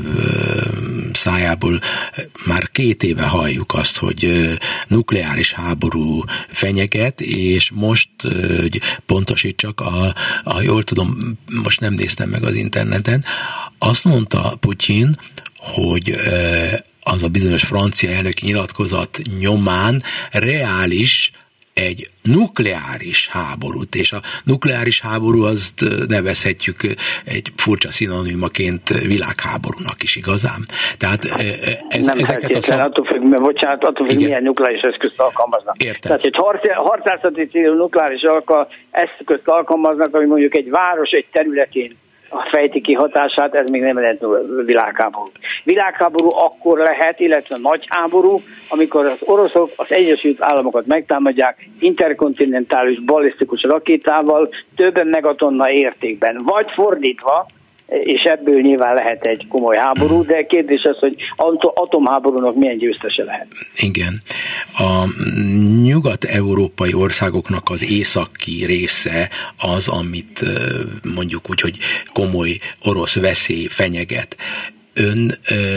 szájából már 2 éve halljuk azt, hogy nukleáris háború fenyeget, és most, hogy pontosítsak, ha jól tudom, most nem néztem meg az interneten, azt mondta Putyin, hogy az a bizonyos francia elnök nyilatkozat nyomán reális egy nukleáris háborút, és a nukleáris háború azt nevezhetjük egy furcsa szinonimaként világháborúnak is, igazán? Tehát nem feltétlenül, attól függ, milyen nukleáris eszközt alkalmaznak. Értem. Tehát egy harcászati célú nukleáris eszközt alkalmaznak, ami mondjuk egy város egy területén fejti ki hatását, ez még nem lehet világháború. Világháború akkor lehet, illetve nagy háború, amikor az oroszok az Egyesült Államokat megtámadják interkontinentális ballisztikus rakétával több megatonna értékben. Vagy fordítva, és ebből nyilván lehet egy komoly háború, de kérdés az, hogy atomháborúnak milyen győztese lehet. Igen. A nyugat-európai országoknak az északi része az, amit mondjuk úgy, hogy komoly orosz veszély fenyeget. Ön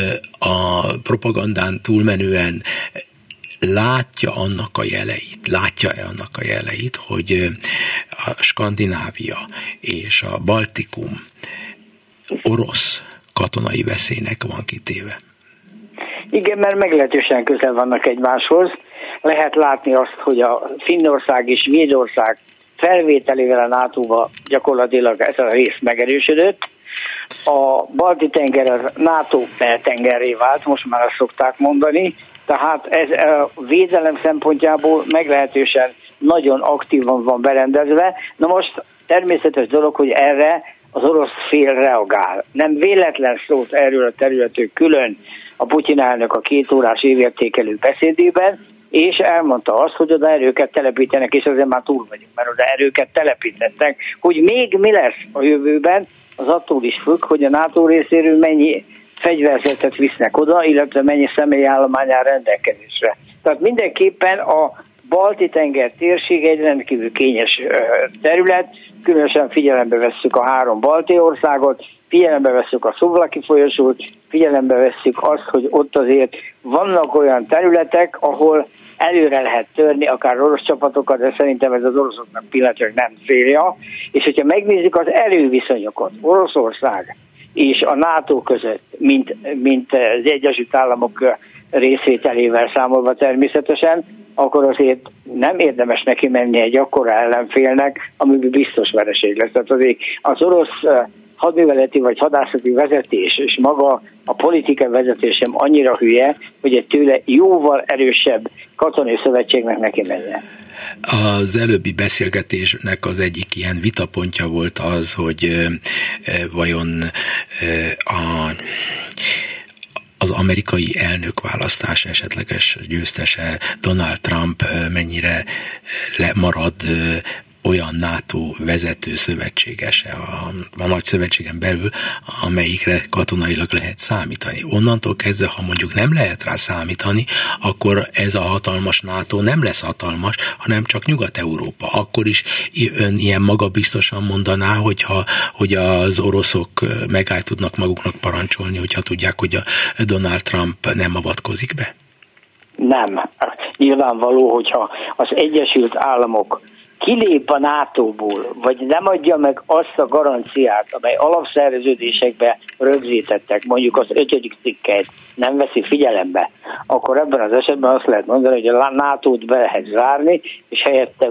a propagandán túlmenően látja-e annak a jeleit, hogy a Skandinávia és a Baltikum orosz katonai veszélynek van kitéve? Igen, mert meglehetősen közel vannak egymáshoz. Lehet látni azt, hogy a Finnország és Svédország felvételével a NATO-ba gyakorlatilag ez a rész megerősödött. A Balti-tenger az NATO beltengerré vált, most már azt szokták mondani, tehát ez a védelem szempontjából meglehetősen nagyon aktívan van berendezve. Na most természetes dolog, hogy erre az orosz fél reagál. Nem véletlen szólt erről a területről külön a Putyin elnök a 2 órás évértékelő beszédében, és elmondta azt, hogy oda erőket telepítenek, és azért már túl vagyunk, mert oda erőket telepítettek. Hogy még mi lesz a jövőben, az attól is függ, hogy a NATO részéről mennyi fegyverzetet visznek oda, illetve mennyi személyállomány áll rendelkezésre. Tehát mindenképpen a Balti-tenger térség egy rendkívül kényes terület, különösen figyelembe vesszük a 3 balti országot, figyelembe vesszük a Szuvlaki folyosót, figyelembe vesszük azt, hogy ott azért vannak olyan területek, ahol előre lehet törni akár orosz csapatokat, de szerintem ez az oroszoknak pillanatilag nem célja. És hogyha megnézzük az erőviszonyokat Oroszország és a NATO között, mint az Egyesült Államok részvételével számolva természetesen, akkor azért nem érdemes neki menni egy akkora ellenfélnek, amiben biztos vereség lesz. Tehát azért az orosz hadműveleti vagy hadászati vezetés és maga a politikai vezetés sem annyira hülye, hogy egy tőle jóval erősebb katonai szövetségnek neki menjen. Az előbbi beszélgetésnek az egyik ilyen vitapontja volt az, hogy vajon az amerikai elnökválasztás esetleges győztese Donald Trump mennyire marad olyan NATO vezető szövetségese a nagy szövetségen belül, amelyikre katonailag lehet számítani. Onnantól kezdve, ha mondjuk nem lehet rá számítani, akkor ez a hatalmas NATO nem lesz hatalmas, hanem csak Nyugat-Európa. Akkor is ön ilyen magabiztosan mondaná, hogy az oroszok megáll tudnak maguknak parancsolni, hogyha tudják, hogy a Donald Trump nem avatkozik be? Nem. Nyilvánvaló, hogyha az Egyesült Államok kilép a NATO-ból, vagy nem adja meg azt a garanciát, amely alapszerződésekbe rögzítettek, mondjuk az 5. cikkeit nem veszi figyelembe, akkor ebben az esetben azt lehet mondani, hogy a NATO-t be lehet zárni, és helyette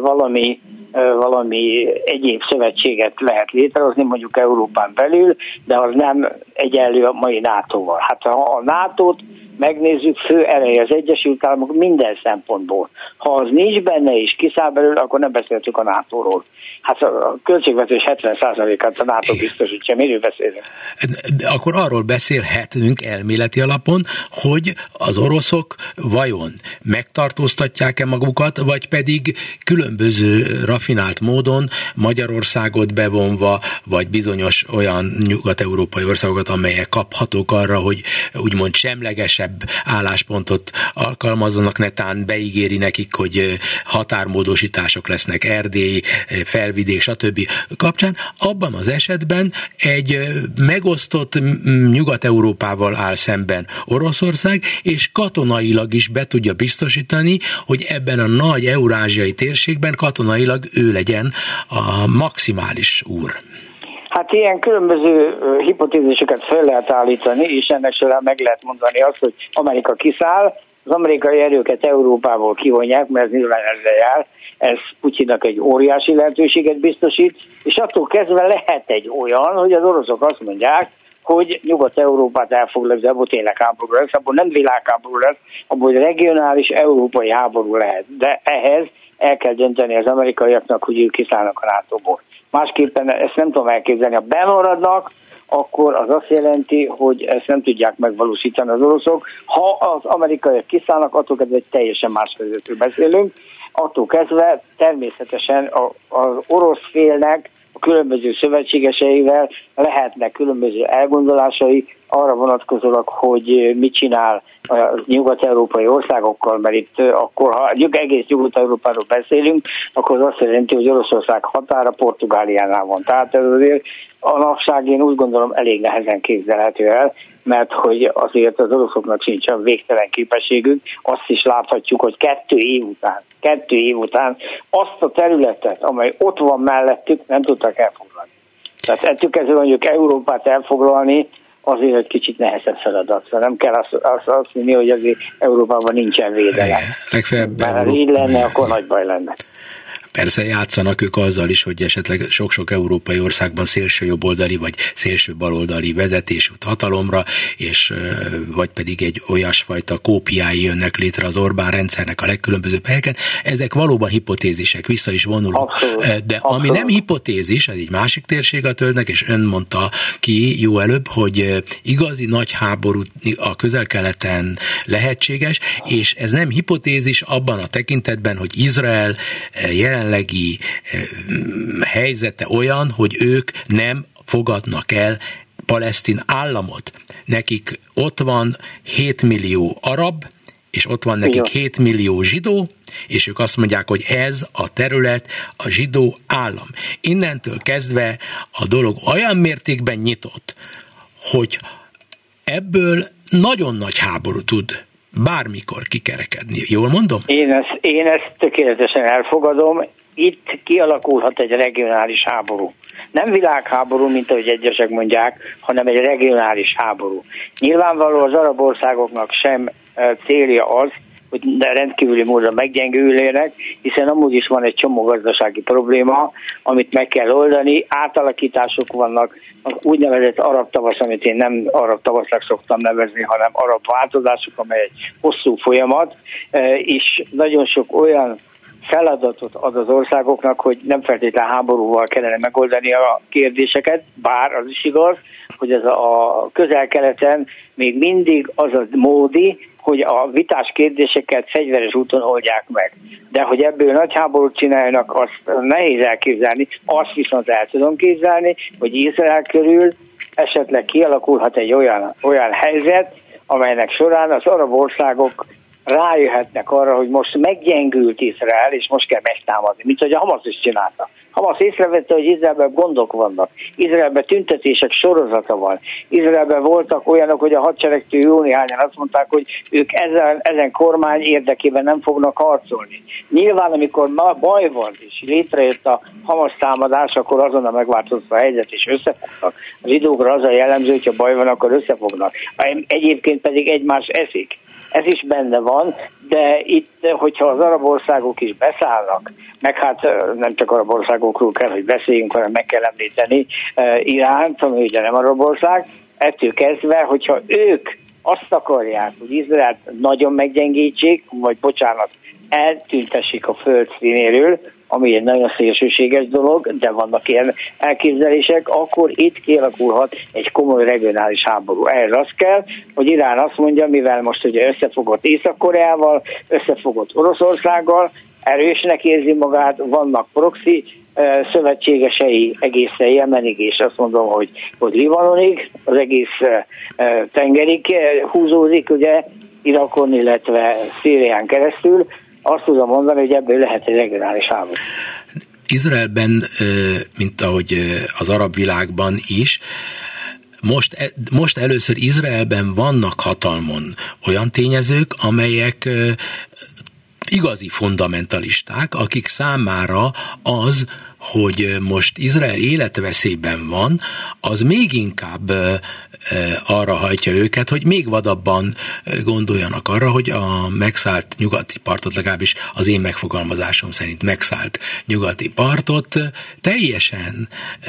valami egyéb szövetséget lehet létrehozni, mondjuk Európán belül, de az nem egyenlő a mai NATO-val. Hát ha a NATO-t megnézzük, fő ereje az Egyesült Államok minden szempontból. Ha az nincs benne és kiszáll belőle, akkor nem beszéltük a NATO-ról. Hát a költségvetés 70%-át a NATO biztosítja, miről beszélünk? De akkor arról beszélhetünk elméleti alapon, hogy az oroszok vajon megtartóztatják-e magukat, vagy pedig különböző rafinált módon Magyarországot bevonva, vagy bizonyos olyan nyugat-európai országokat, amelyek kaphatók arra, hogy úgymond semlegesebb álláspontot alkalmazzanak, netán beígéri nekik, hogy határmódosítások lesznek Erdély, Felvidék, stb. Kapcsán. Abban az esetben egy megosztott Nyugat-Európával áll szemben Oroszország, és katonailag is be tudja biztosítani, hogy ebben a nagy eurázsiai térségben katonailag ő legyen a maximális úr. Hát ilyen különböző hipotéziseket fel lehet állítani, és ennek során meg lehet mondani azt, hogy Amerika kiszáll, az amerikai erőket Európából kivonják, mert ez nyilván ezzel jár, ez Putyinnak egy óriási lehetőséget biztosít, és attól kezdve lehet egy olyan, hogy az oroszok azt mondják, hogy Nyugat-Európát elfoglalják, abból tényleg háború lesz, abból nem világháború lesz, abból regionális európai háború lehet. De ehhez el kell dönteni az amerikaiaknak, hogy ők kiszállnak a NATO-ból. Másképpen ezt nem tudom elképzelni. Ha bemaradnak, akkor az azt jelenti, hogy ezt nem tudják megvalósítani az oroszok. Ha az amerikaiak kiszállnak, attól kezdve egy teljesen más vezetőről beszélünk, attól kezdve természetesen az orosz félnek a különböző szövetségeseivel lehetnek különböző elgondolásai arra vonatkozólag, hogy mit csinál a nyugat-európai országokkal, mert itt akkor, ha egész Nyugat-Európáról beszélünk, akkor az azt jelenti, hogy Oroszország határa Portugáliánál van. Tehát ez azért a napság, én úgy gondolom, elég nehezen képzelhető el, mert hogy azért az oroszoknak sincsen végtelen képességük. Azt is láthatjuk, hogy 2 év után azt a területet, amely ott van mellettük, nem tudtak elfoglalni. Tehát ettől kezdve mondjuk Európát elfoglalni azért egy kicsit nehezebb feladat. Nem kell azt mondani, hogy azért Európában nincsen védelem. Legfeljebb ha így lenne, akkor nagy baj lenne. Persze játszanak ők azzal is, hogy esetleg sok-sok európai országban szélső jobboldali vagy szélső baloldali vezetés jut hatalomra, és vagy pedig egy olyasfajta kópiái jönnek létre az Orbán rendszernek a legkülönbözőbb helyeken. Ezek valóban hipotézisek, vissza is vonulunk. De ami nem hipotézis, ez egy másik térség a Tölgynek, és ön mondta ki jó előbb, hogy igazi nagy háború a Közel-Keleten lehetséges, és ez nem hipotézis abban a tekintetben, hogy Izrael jelenlegi helyzete olyan, hogy ők nem fogadnak el palesztin államot. Nekik ott van 7 millió arab, és ott van nekik 7 millió zsidó, és ők azt mondják, hogy ez a terület a zsidó állam. Innentől kezdve a dolog olyan mértékben nyitott, hogy ebből nagyon nagy háború tud bármikor kikerekedni. Jól mondom? Én ezt tökéletesen elfogadom. Itt kialakulhat egy regionális háború. Nem világháború, mint ahogy egyesek mondják, hanem egy regionális háború. Nyilvánvaló az arab országoknak sem célja az, hogy rendkívüli módon meggyengüljenek, hiszen amúgy is van egy csomó gazdasági probléma, amit meg kell oldani, átalakítások vannak, az úgynevezett arab tavasz, amit én nem arab tavasznak szoktam nevezni, hanem arab változások, amely egy hosszú folyamat, és nagyon sok olyan feladatot ad az országoknak, hogy nem feltétlenül háborúval kellene megoldani a kérdéseket, bár az is igaz, hogy ez a Közel-Keleten még mindig az a módi, hogy a vitás kérdéseket fegyveres úton oldják meg. De hogy ebből nagy háborút csináljanak, azt nehéz elképzelni, azt viszont el tudom képzelni, hogy Izrael körül esetleg kialakulhat egy olyan helyzet, amelynek során az arab országok rájöhetnek arra, hogy most meggyengült Izrael, és most kell megtámadni, mint hogy a Hamasz is csinálta. Hamas észrevette, hogy Izraelben gondok vannak. Izraelben tüntetések sorozata van. Izraelben voltak olyanok, hogy a hadseregtől jó néhányan azt mondták, hogy ők ezen kormány érdekében nem fognak harcolni. Nyilván, amikor baj volt, és létrejött a Hamas támadás, akkor azonnal megváltozott a helyzet, és összefognak. A zsidókra az a jellemző, hogyha baj van, akkor összefognak. Egyébként pedig egymást eszik. Ez is benne van, de itt, hogyha az arab országok is beszállnak, meg hát nem csak arab országokról kell, hogy beszéljünk, hanem meg kell említeni Iránt, ami ugye nem arab ország, ettől kezdve, hogyha ők azt akarják, hogy Izraelt nagyon meggyengítsék, vagy eltüntessék a föld színéről, ami egy nagyon szélsőséges dolog, de vannak ilyen elképzelések, akkor itt kialakulhat egy komoly regionális háború. Ehhez az kell, hogy Irán azt mondja, mivel most ugye összefogott Észak-Koreával, összefogott Oroszországgal, erősnek érzi magát, vannak proxy szövetségesei egészen Jemenig, és azt mondom, hogy Libanonig, az egész tengerig húzódik, ugye, Irakon, illetve Szírián keresztül. Azt tudom mondani, hogy ebből lehet egy regionális háború. Izraelben, mint ahogy az arab világban is, most először Izraelben vannak hatalmon olyan tényezők, amelyek igazi fundamentalisták, akik számára az, hogy most Izrael életveszélyben van, az még inkább arra hajtja őket, hogy még vadabban gondoljanak arra, hogy a megszállt nyugati partot, legalábbis az én megfogalmazásom szerint megszállt nyugati partot teljesen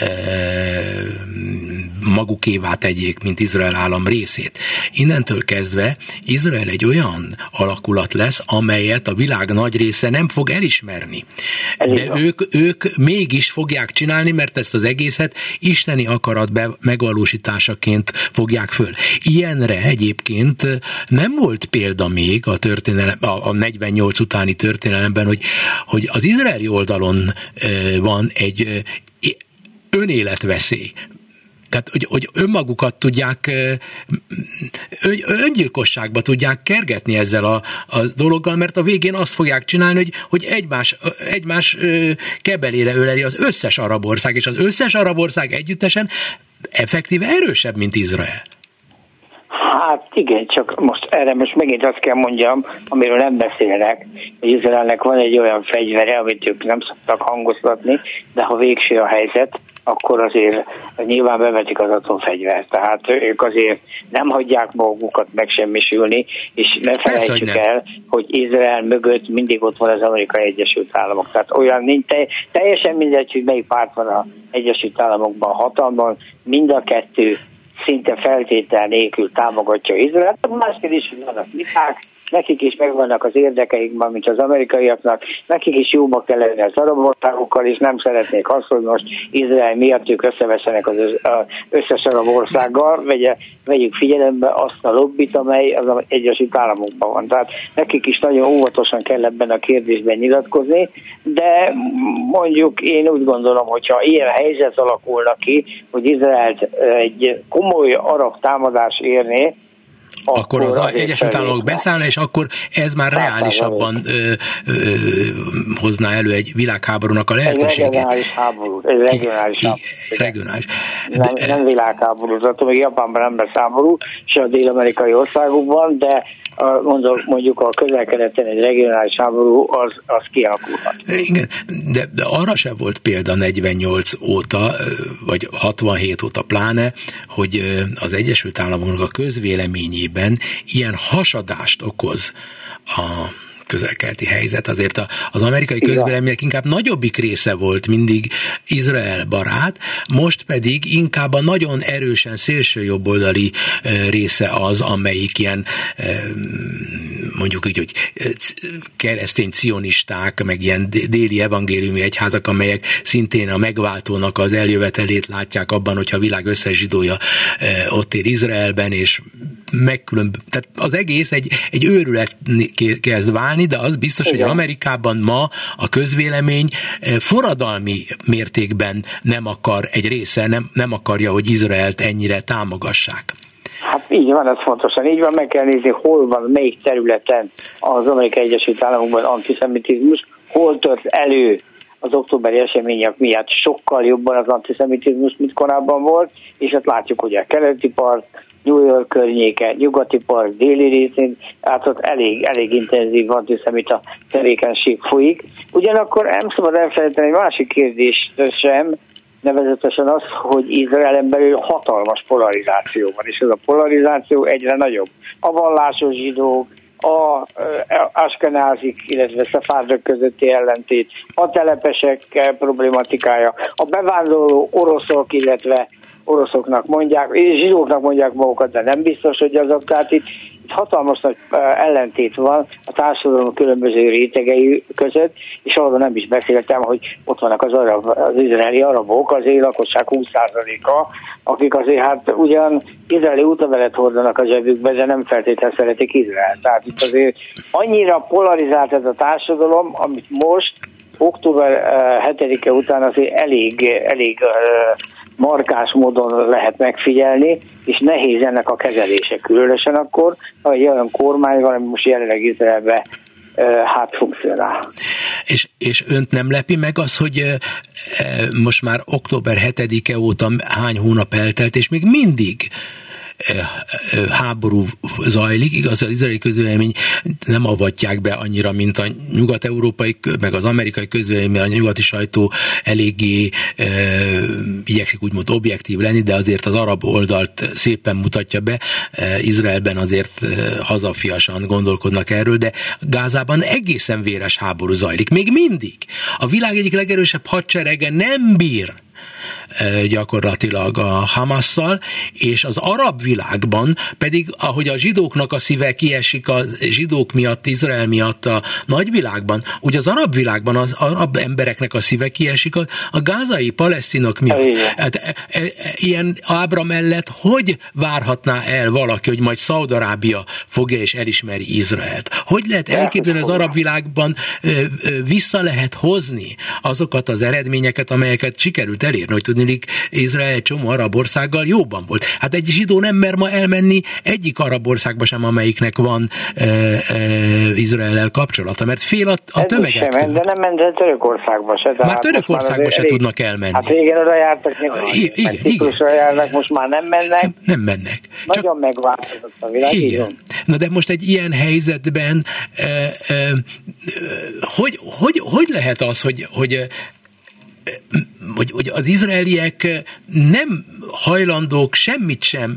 magukévá tegyék, mint Izrael állam részét. Innentől kezdve Izrael egy olyan alakulat lesz, amelyet a világ nagy része nem fog elismerni. De ők mégis fogják csinálni, mert ezt az egészet isteni akarat megvalósításaként fogják föl. Ilyenre egyébként nem volt példa még a történelem, a 48 utáni történelemben, hogy az izraeli oldalon van egy önéletveszély. Tehát, hogy önmagukat tudják, öngyilkosságba tudják kergetni ezzel a dologgal, mert a végén azt fogják csinálni, hogy egymás kebelére öleli az összes arab ország, és az összes arab ország együttesen effektíve erősebb, mint Izrael. Hát igen, csak most megint azt kell mondjam, amiről nem beszélnek, hogy Izraelnek van egy olyan fegyvere, amit ők nem szoktak hangoztatni, de ha végső a helyzet, akkor azért nyilván bevetik az atomfegyvert. Tehát ők azért nem hagyják magukat megsemmisülni, és ne felejtsük el, hogy Izrael mögött mindig ott van az Amerikai Egyesült Államok. Tehát olyan nincs, teljesen mindegy, hogy melyik párt van az Egyesült Államokban hatalmon, mind a kettő szinte feltétel nélkül támogatja Izraelt. Másképp is vannak viták, nekik is megvannak az érdekeik, mint az amerikaiaknak, nekik is jóba kell lenni az arab országokkal, és nem szeretnék azt, hogy most Izrael miatt ők összeveszenek az összes arab országgal, vegyük figyelembe azt a lobbit, amely az Egyesült Államokban van. Tehát nekik is nagyon óvatosan kell ebben a kérdésben nyilatkozni, de mondjuk én úgy gondolom, hogyha ilyen helyzet alakulna ki, hogy Izraelt egy komoly arab támadás érné, akkor az Egyesült Államok beszállna, és akkor ez már reálisabban hozná elő egy világháborúnak a lehetőségét. Egy regionális háború. Nem világháború, attól még Japánban nem lesz háború, se a dél-amerikai országokban, de mondjuk a közel-keleten egy regionális háború az kialakulhat. Igen, de arra sem volt példa 48 óta, vagy 67 óta pláne, hogy az Egyesült Államoknak a közvéleményében ilyen hasadást okoz a közel-keleti helyzet. Azért az amerikai közvéleménynek inkább nagyobbik része volt mindig Izrael barát, most pedig inkább a nagyon erősen szélsőjobboldali része az, amelyik ilyen mondjuk úgy, hogy keresztény cionisták, meg ilyen déli evangéliumi egyházak, amelyek szintén a megváltónak az eljövetelét látják abban, hogyha a világ összes zsidója ott él Izraelben, és tehát az egész egy őrület kezd válni, de az biztos, hogy Amerikában ma a közvélemény forradalmi mértékben nem akar egy része, nem akarja, hogy Izraelt ennyire támogassák. Hát így van, ez fontosan. Így van, meg kell nézni, hol van, melyik területen az Amerikai Egyesült Államokban antiszemitizmus, hol tört elő az októberi események miatt sokkal jobban az antiszemitizmus, mint korábban volt, és ezt látjuk, hogy a keleti part, New York környéke, nyugati part, déli részén, hát ott elég intenzív antiszemita tevékenység folyik. Ugyanakkor nem szabad elfelejteni egy másik kérdést sem, nevezetesen az, hogy Izraelen belül hatalmas polarizáció van, és ez a polarizáció egyre nagyobb. A vallásos zsidók, a askenázik, illetve szefárdok közötti ellentét, a telepesek problematikája, a bevándorló oroszok, illetve oroszoknak mondják, és zsidóknak mondják magukat, de nem biztos, hogy azok. Tehát itt hatalmas nagy ellentét van a társadalom különböző rétegei között, és arról nem is beszéltem, hogy ott vannak az izraeli arabok, az lakosság 20%-a, akik azért hát ugyan izraeli útlevelet hordanak a zsebükbe, de nem feltétlenül szeretik Izraelt. Tehát itt azért annyira polarizált ez a társadalom, amit most október 7-e után azért elég markáns módon lehet megfigyelni, és nehéz ennek a kezelése, különösen akkor, ha egy olyan kormány van, ami most jelenleg Izraelben funkcionál. És önt nem lepi meg az, hogy most már október 7-e óta hány hónap eltelt, és még mindig háború zajlik, igaz, az izraeli közvélemény nem avatják be annyira, mint a nyugat-európai, meg az amerikai közvélemény, mert a nyugati sajtó eléggé igyekszik úgymond objektív lenni, de azért az arab oldalt szépen mutatja be, Izraelben azért hazafiasan gondolkodnak erről, de Gázában egészen véres háború zajlik. Még mindig. A világ egyik legerősebb hadserege nem bír gyakorlatilag a Hamasszal, és az arab világban pedig, ahogy a zsidóknak a szíve kiesik a zsidók miatt, Izrael miatt a nagyvilágban, úgy az arab világban az arab embereknek a szíve kiesik a gázai palesztinok miatt. Hát, ilyen ábra mellett hogy várhatná el valaki, hogy majd Szaúd-Arábia fogja és elismeri Izraelt? Hogy lehet elképzelni, az arab világban vissza lehet hozni azokat az eredményeket, amelyeket sikerült elérni, hogy tudniillik, Izrael egy csomó arab országgal jóban volt. Hát egy zsidó nem mer ma elmenni egyik arab országba sem, amelyiknek van Izraellel kapcsolata, mert fél a tömegektől. De nem ment Törökországba se. Már Törökországba se tudnak elmenni. Hát régen oda jártak, meg Ciprusra járnak, most már nem mennek. Nem mennek. Nagyon megváltozott a világ. Igen. Na de most egy ilyen helyzetben hogy lehet az, hogy hogy az izraeliek nem hajlandók semmit sem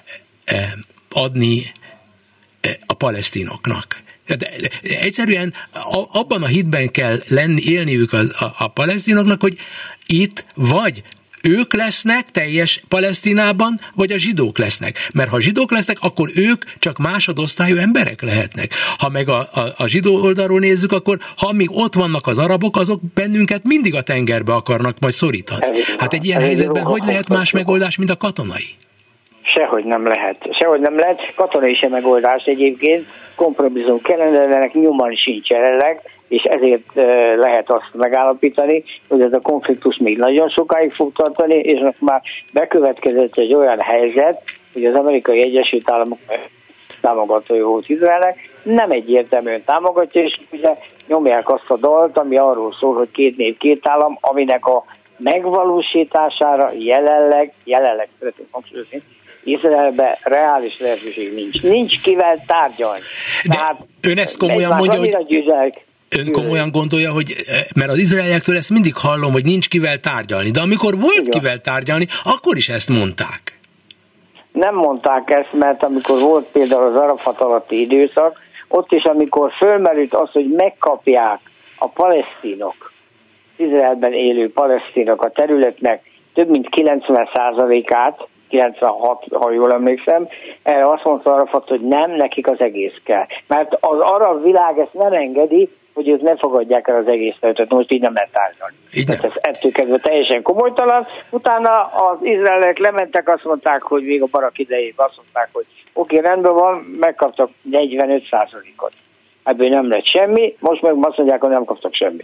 adni a palesztinoknak. De egyszerűen abban a hitben kell élniük a palesztinoknak, hogy itt vagy ők lesznek teljes Palesztinában, vagy a zsidók lesznek. Mert ha zsidók lesznek, akkor ők csak másodosztályú emberek lehetnek. Ha meg a zsidó oldalról nézzük, akkor ha még ott vannak az arabok, azok bennünket mindig a tengerbe akarnak majd szorítani. Hát egy ilyen helyzetben hogy lehet más megoldás, mint a katonai? Sehogy nem lehet. Katonai sem megoldás egyébként, kompromisszum kellene, de ennek nyomán sincs jelenleg, és ezért lehet azt megállapítani, hogy ez a konfliktus még nagyon sokáig fog tartani, és most már bekövetkezett egy olyan helyzet, hogy az Amerikai Egyesült Államok támogatója volt Izraelnek, nem egyértelműen támogatja, és ugye nyomják azt a dalt, ami arról szól, hogy két név, két állam, aminek a megvalósítására jelenleg szeretném hangsúlyozni, Izraelben reális lehetőség nincs. Nincs kivel tárgyalni. De ön ezt komolyan mondja, hogy... Ön komolyan gondolja, hogy, mert az izraeliektől ezt mindig hallom, hogy nincs kivel tárgyalni, de amikor volt kivel tárgyalni, akkor is ezt mondták. Nem mondták ezt, mert amikor volt például az Arafat alatti időszak, ott is, amikor fölmerült az, hogy megkapják a palesztinok, Izraelben élő palesztinok a területnek több mint 90%-át, 96, ha jól emlékszem, erre azt mondta Arafat, hogy nem, nekik az egész kell. Mert az arab világ ezt nem engedi, hogy ők ne fogadják el az egész területet, most így nem lehet tárgyalni. Tehát ez ettől kezdve teljesen komolytalan. Utána az izraeliek lementek, azt mondták, hogy még a Barak idejében azt mondták, hogy oké, rendben van, megkaptak 45%-ot. Ebből nem lett semmi, most meg azt mondják, hogy nem kaptak semmit.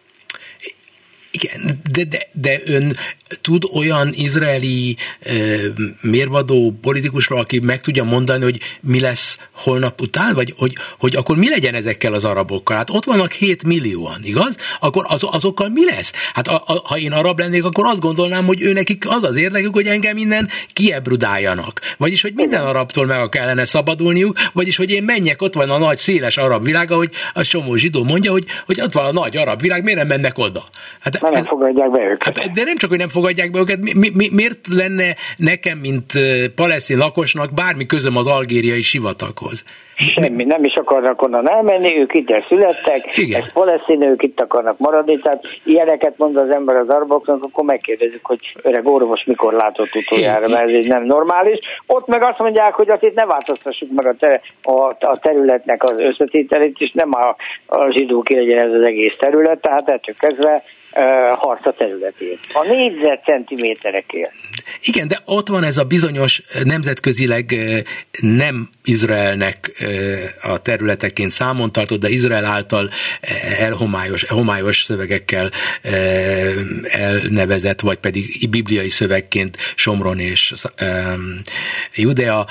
Igen, de ön tud olyan izraeli mérvadó politikusról, aki meg tudja mondani, hogy mi lesz holnap után, vagy hogy akkor mi legyen ezekkel az arabokkal? Hát ott vannak 7 millióan, igaz? Akkor azokkal mi lesz? Hát ha én arab lennék, akkor azt gondolnám, hogy nekik az az érdekük, hogy engem innen kiebrudáljanak. Vagyis, hogy minden arabtól meg kellene szabadulniuk, vagyis, hogy én menjek, ott van a nagy széles arab világ, ahogy a csomó zsidó mondja, hogy ott van a nagy arab világ, miért nem mennek oda? Hát nem fogadják be őket. De nem csak, hogy nem fogadják be őket, miért lenne nekem, mint palesztin lakosnak bármi közöm az algériai sivataghoz? Semmi, nem is akarnak onnan elmenni, ők itt születtek, ez palesztin, ők itt akarnak maradni, tehát ilyeneket mond az ember az araboknak, akkor megkérdezzük, hogy öreg orvos mikor látott utoljára, mert ez nem normális. Ott meg azt mondják, hogy azt itt ne változtassuk meg a területnek az összetételét, és nem a zsidó ki legyen ez az egész terület, tehát ettől kezdve harc a területét. A négyzetcentiméterekért. Igen, de ott van ez a bizonyos nemzetközileg nem Izraelnek a területeként számon tartott, de Izrael által homályos szövegekkel elnevezett, vagy pedig bibliai szövegként Somron és Judea.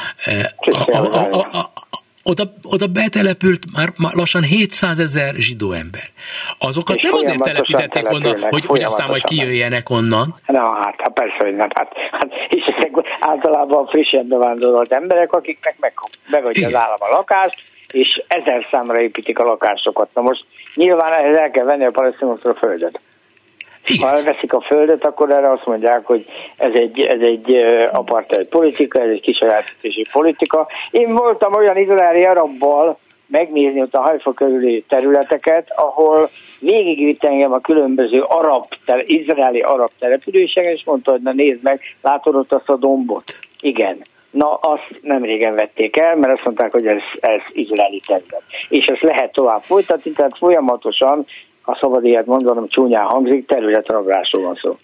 Oda betelepült már lassan 700 000 zsidó ember. Azokat nem azért telepítették onnan, hogy aztán majd kijöjjenek onnan. Hát persze, hogy nem. Hát, és ezek általában frissen bevándorolt emberek, akiknek megadja az állam a lakást, és 1000 számra építik a lakásokat. Na most nyilván ehhez el kell venni a palesztinoktól a földet. Igen. Ha elveszik a földet, akkor erre azt mondják, hogy ez egy apartheid politika, ez egy kisajátítási politika. Én voltam olyan izraeli arabbal megnézni ott a Haifa körüli területeket, ahol végigvitt engem a különböző izraeli arab településeken, és mondta, hogy na nézd meg, látod ott azt a dombot? Igen. Na, azt nem régen vették el, mert azt mondták, hogy ez izraeli terület. És ezt lehet tovább folytatni, tehát folyamatosan, ha szabad ilyet mondanom, csúnyán hangzik, területrablásról van szó.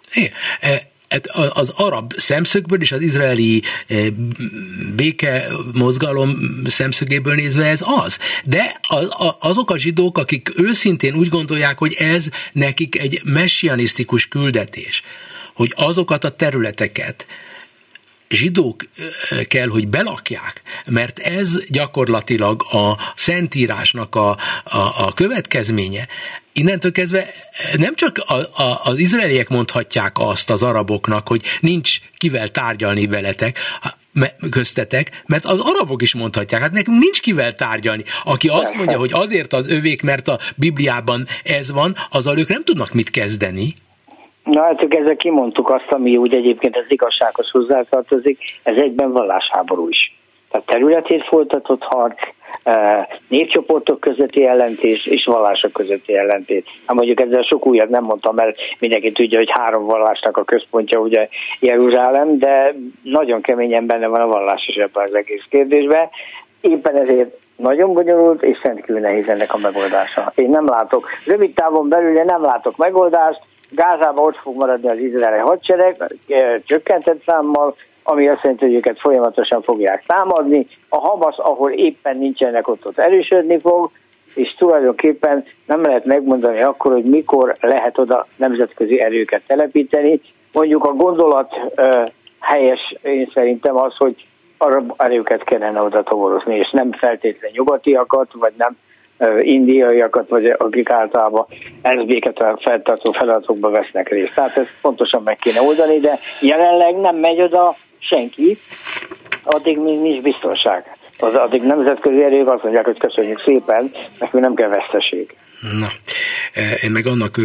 Az arab szemszögből és az izraeli béke mozgalom szemszögéből nézve ez az. De azok a zsidók, akik őszintén úgy gondolják, hogy ez nekik egy messianisztikus küldetés, hogy azokat a területeket zsidók kell, hogy belakják, mert ez gyakorlatilag a Szentírásnak a következménye. Innentől kezdve nem csak az izraeliek mondhatják azt az araboknak, hogy nincs kivel tárgyalni veletek, köztetek, mert az arabok is mondhatják, hát nekünk nincs kivel tárgyalni. Aki azt mondja, hogy azért az övék, mert a Bibliában ez van, azzal ők nem tudnak mit kezdeni. Na hát ezzel kimondtuk azt, ami úgy egyébként az igazsághoz hozzátartozik, ez egyben vallásháború is. Tehát területét folytatott harc, népcsoportok közötti ellentés és vallások közötti ellentés. Hát mondjuk ezzel sok újat nem mondtam, mert mindenki tudja, hogy 3 vallásnak a központja ugye Jeruzsálem, de nagyon keményen benne van a vallás is ebben az egész kérdésben. Éppen ezért nagyon bonyolult és rendkívül nehéz ennek a megoldása. Én nem látok, rövid távon belül nem látok megoldást. Gázában ott fog maradni az izraeli hadsereg, csökkentett számmal, ami azt jelenti, hogy őket folyamatosan fogják támadni. A Hamas, ahol éppen nincsenek ott erősödni fog, és tulajdonképpen nem lehet megmondani akkor, hogy mikor lehet oda nemzetközi erőket telepíteni. Mondjuk a gondolat helyes, én szerintem az, hogy arab erőket kellene oda toborozni, és nem feltétlenül nyugatiakat, vagy nem indiaiakat, vagy akik általában béket feltartó feladatokba vesznek részt. Tehát ezt pontosan meg kéne oldani, de jelenleg nem megy oda senki, addig még nincs biztonság. Addig nemzetközi erők azt mondják, hogy köszönjük szépen, nekünk nem kell veszteség. Na, én meg annak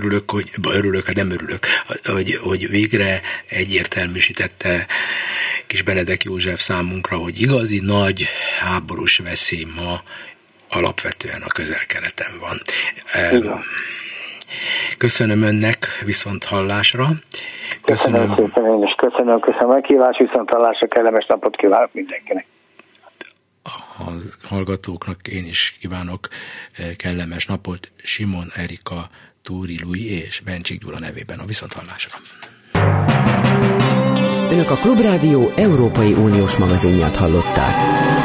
hogy végre egyértelműsítette kis Benedek József számunkra, hogy igazi nagy háborús veszély ma alapvetően a Közel-Keleten van. Köszönöm önnek, viszont hallásra. Köszönöm szépen, én is köszönöm a meghívást, viszont hallásra, kellemes napot kívánok mindenkinek. A hallgatóknak én is kívánok kellemes napot. Simon Erika, Túri Lui és Bencsik Gyula nevében a viszonthallásra. Önök a Klubrádió Európai Uniós magazinját hallották.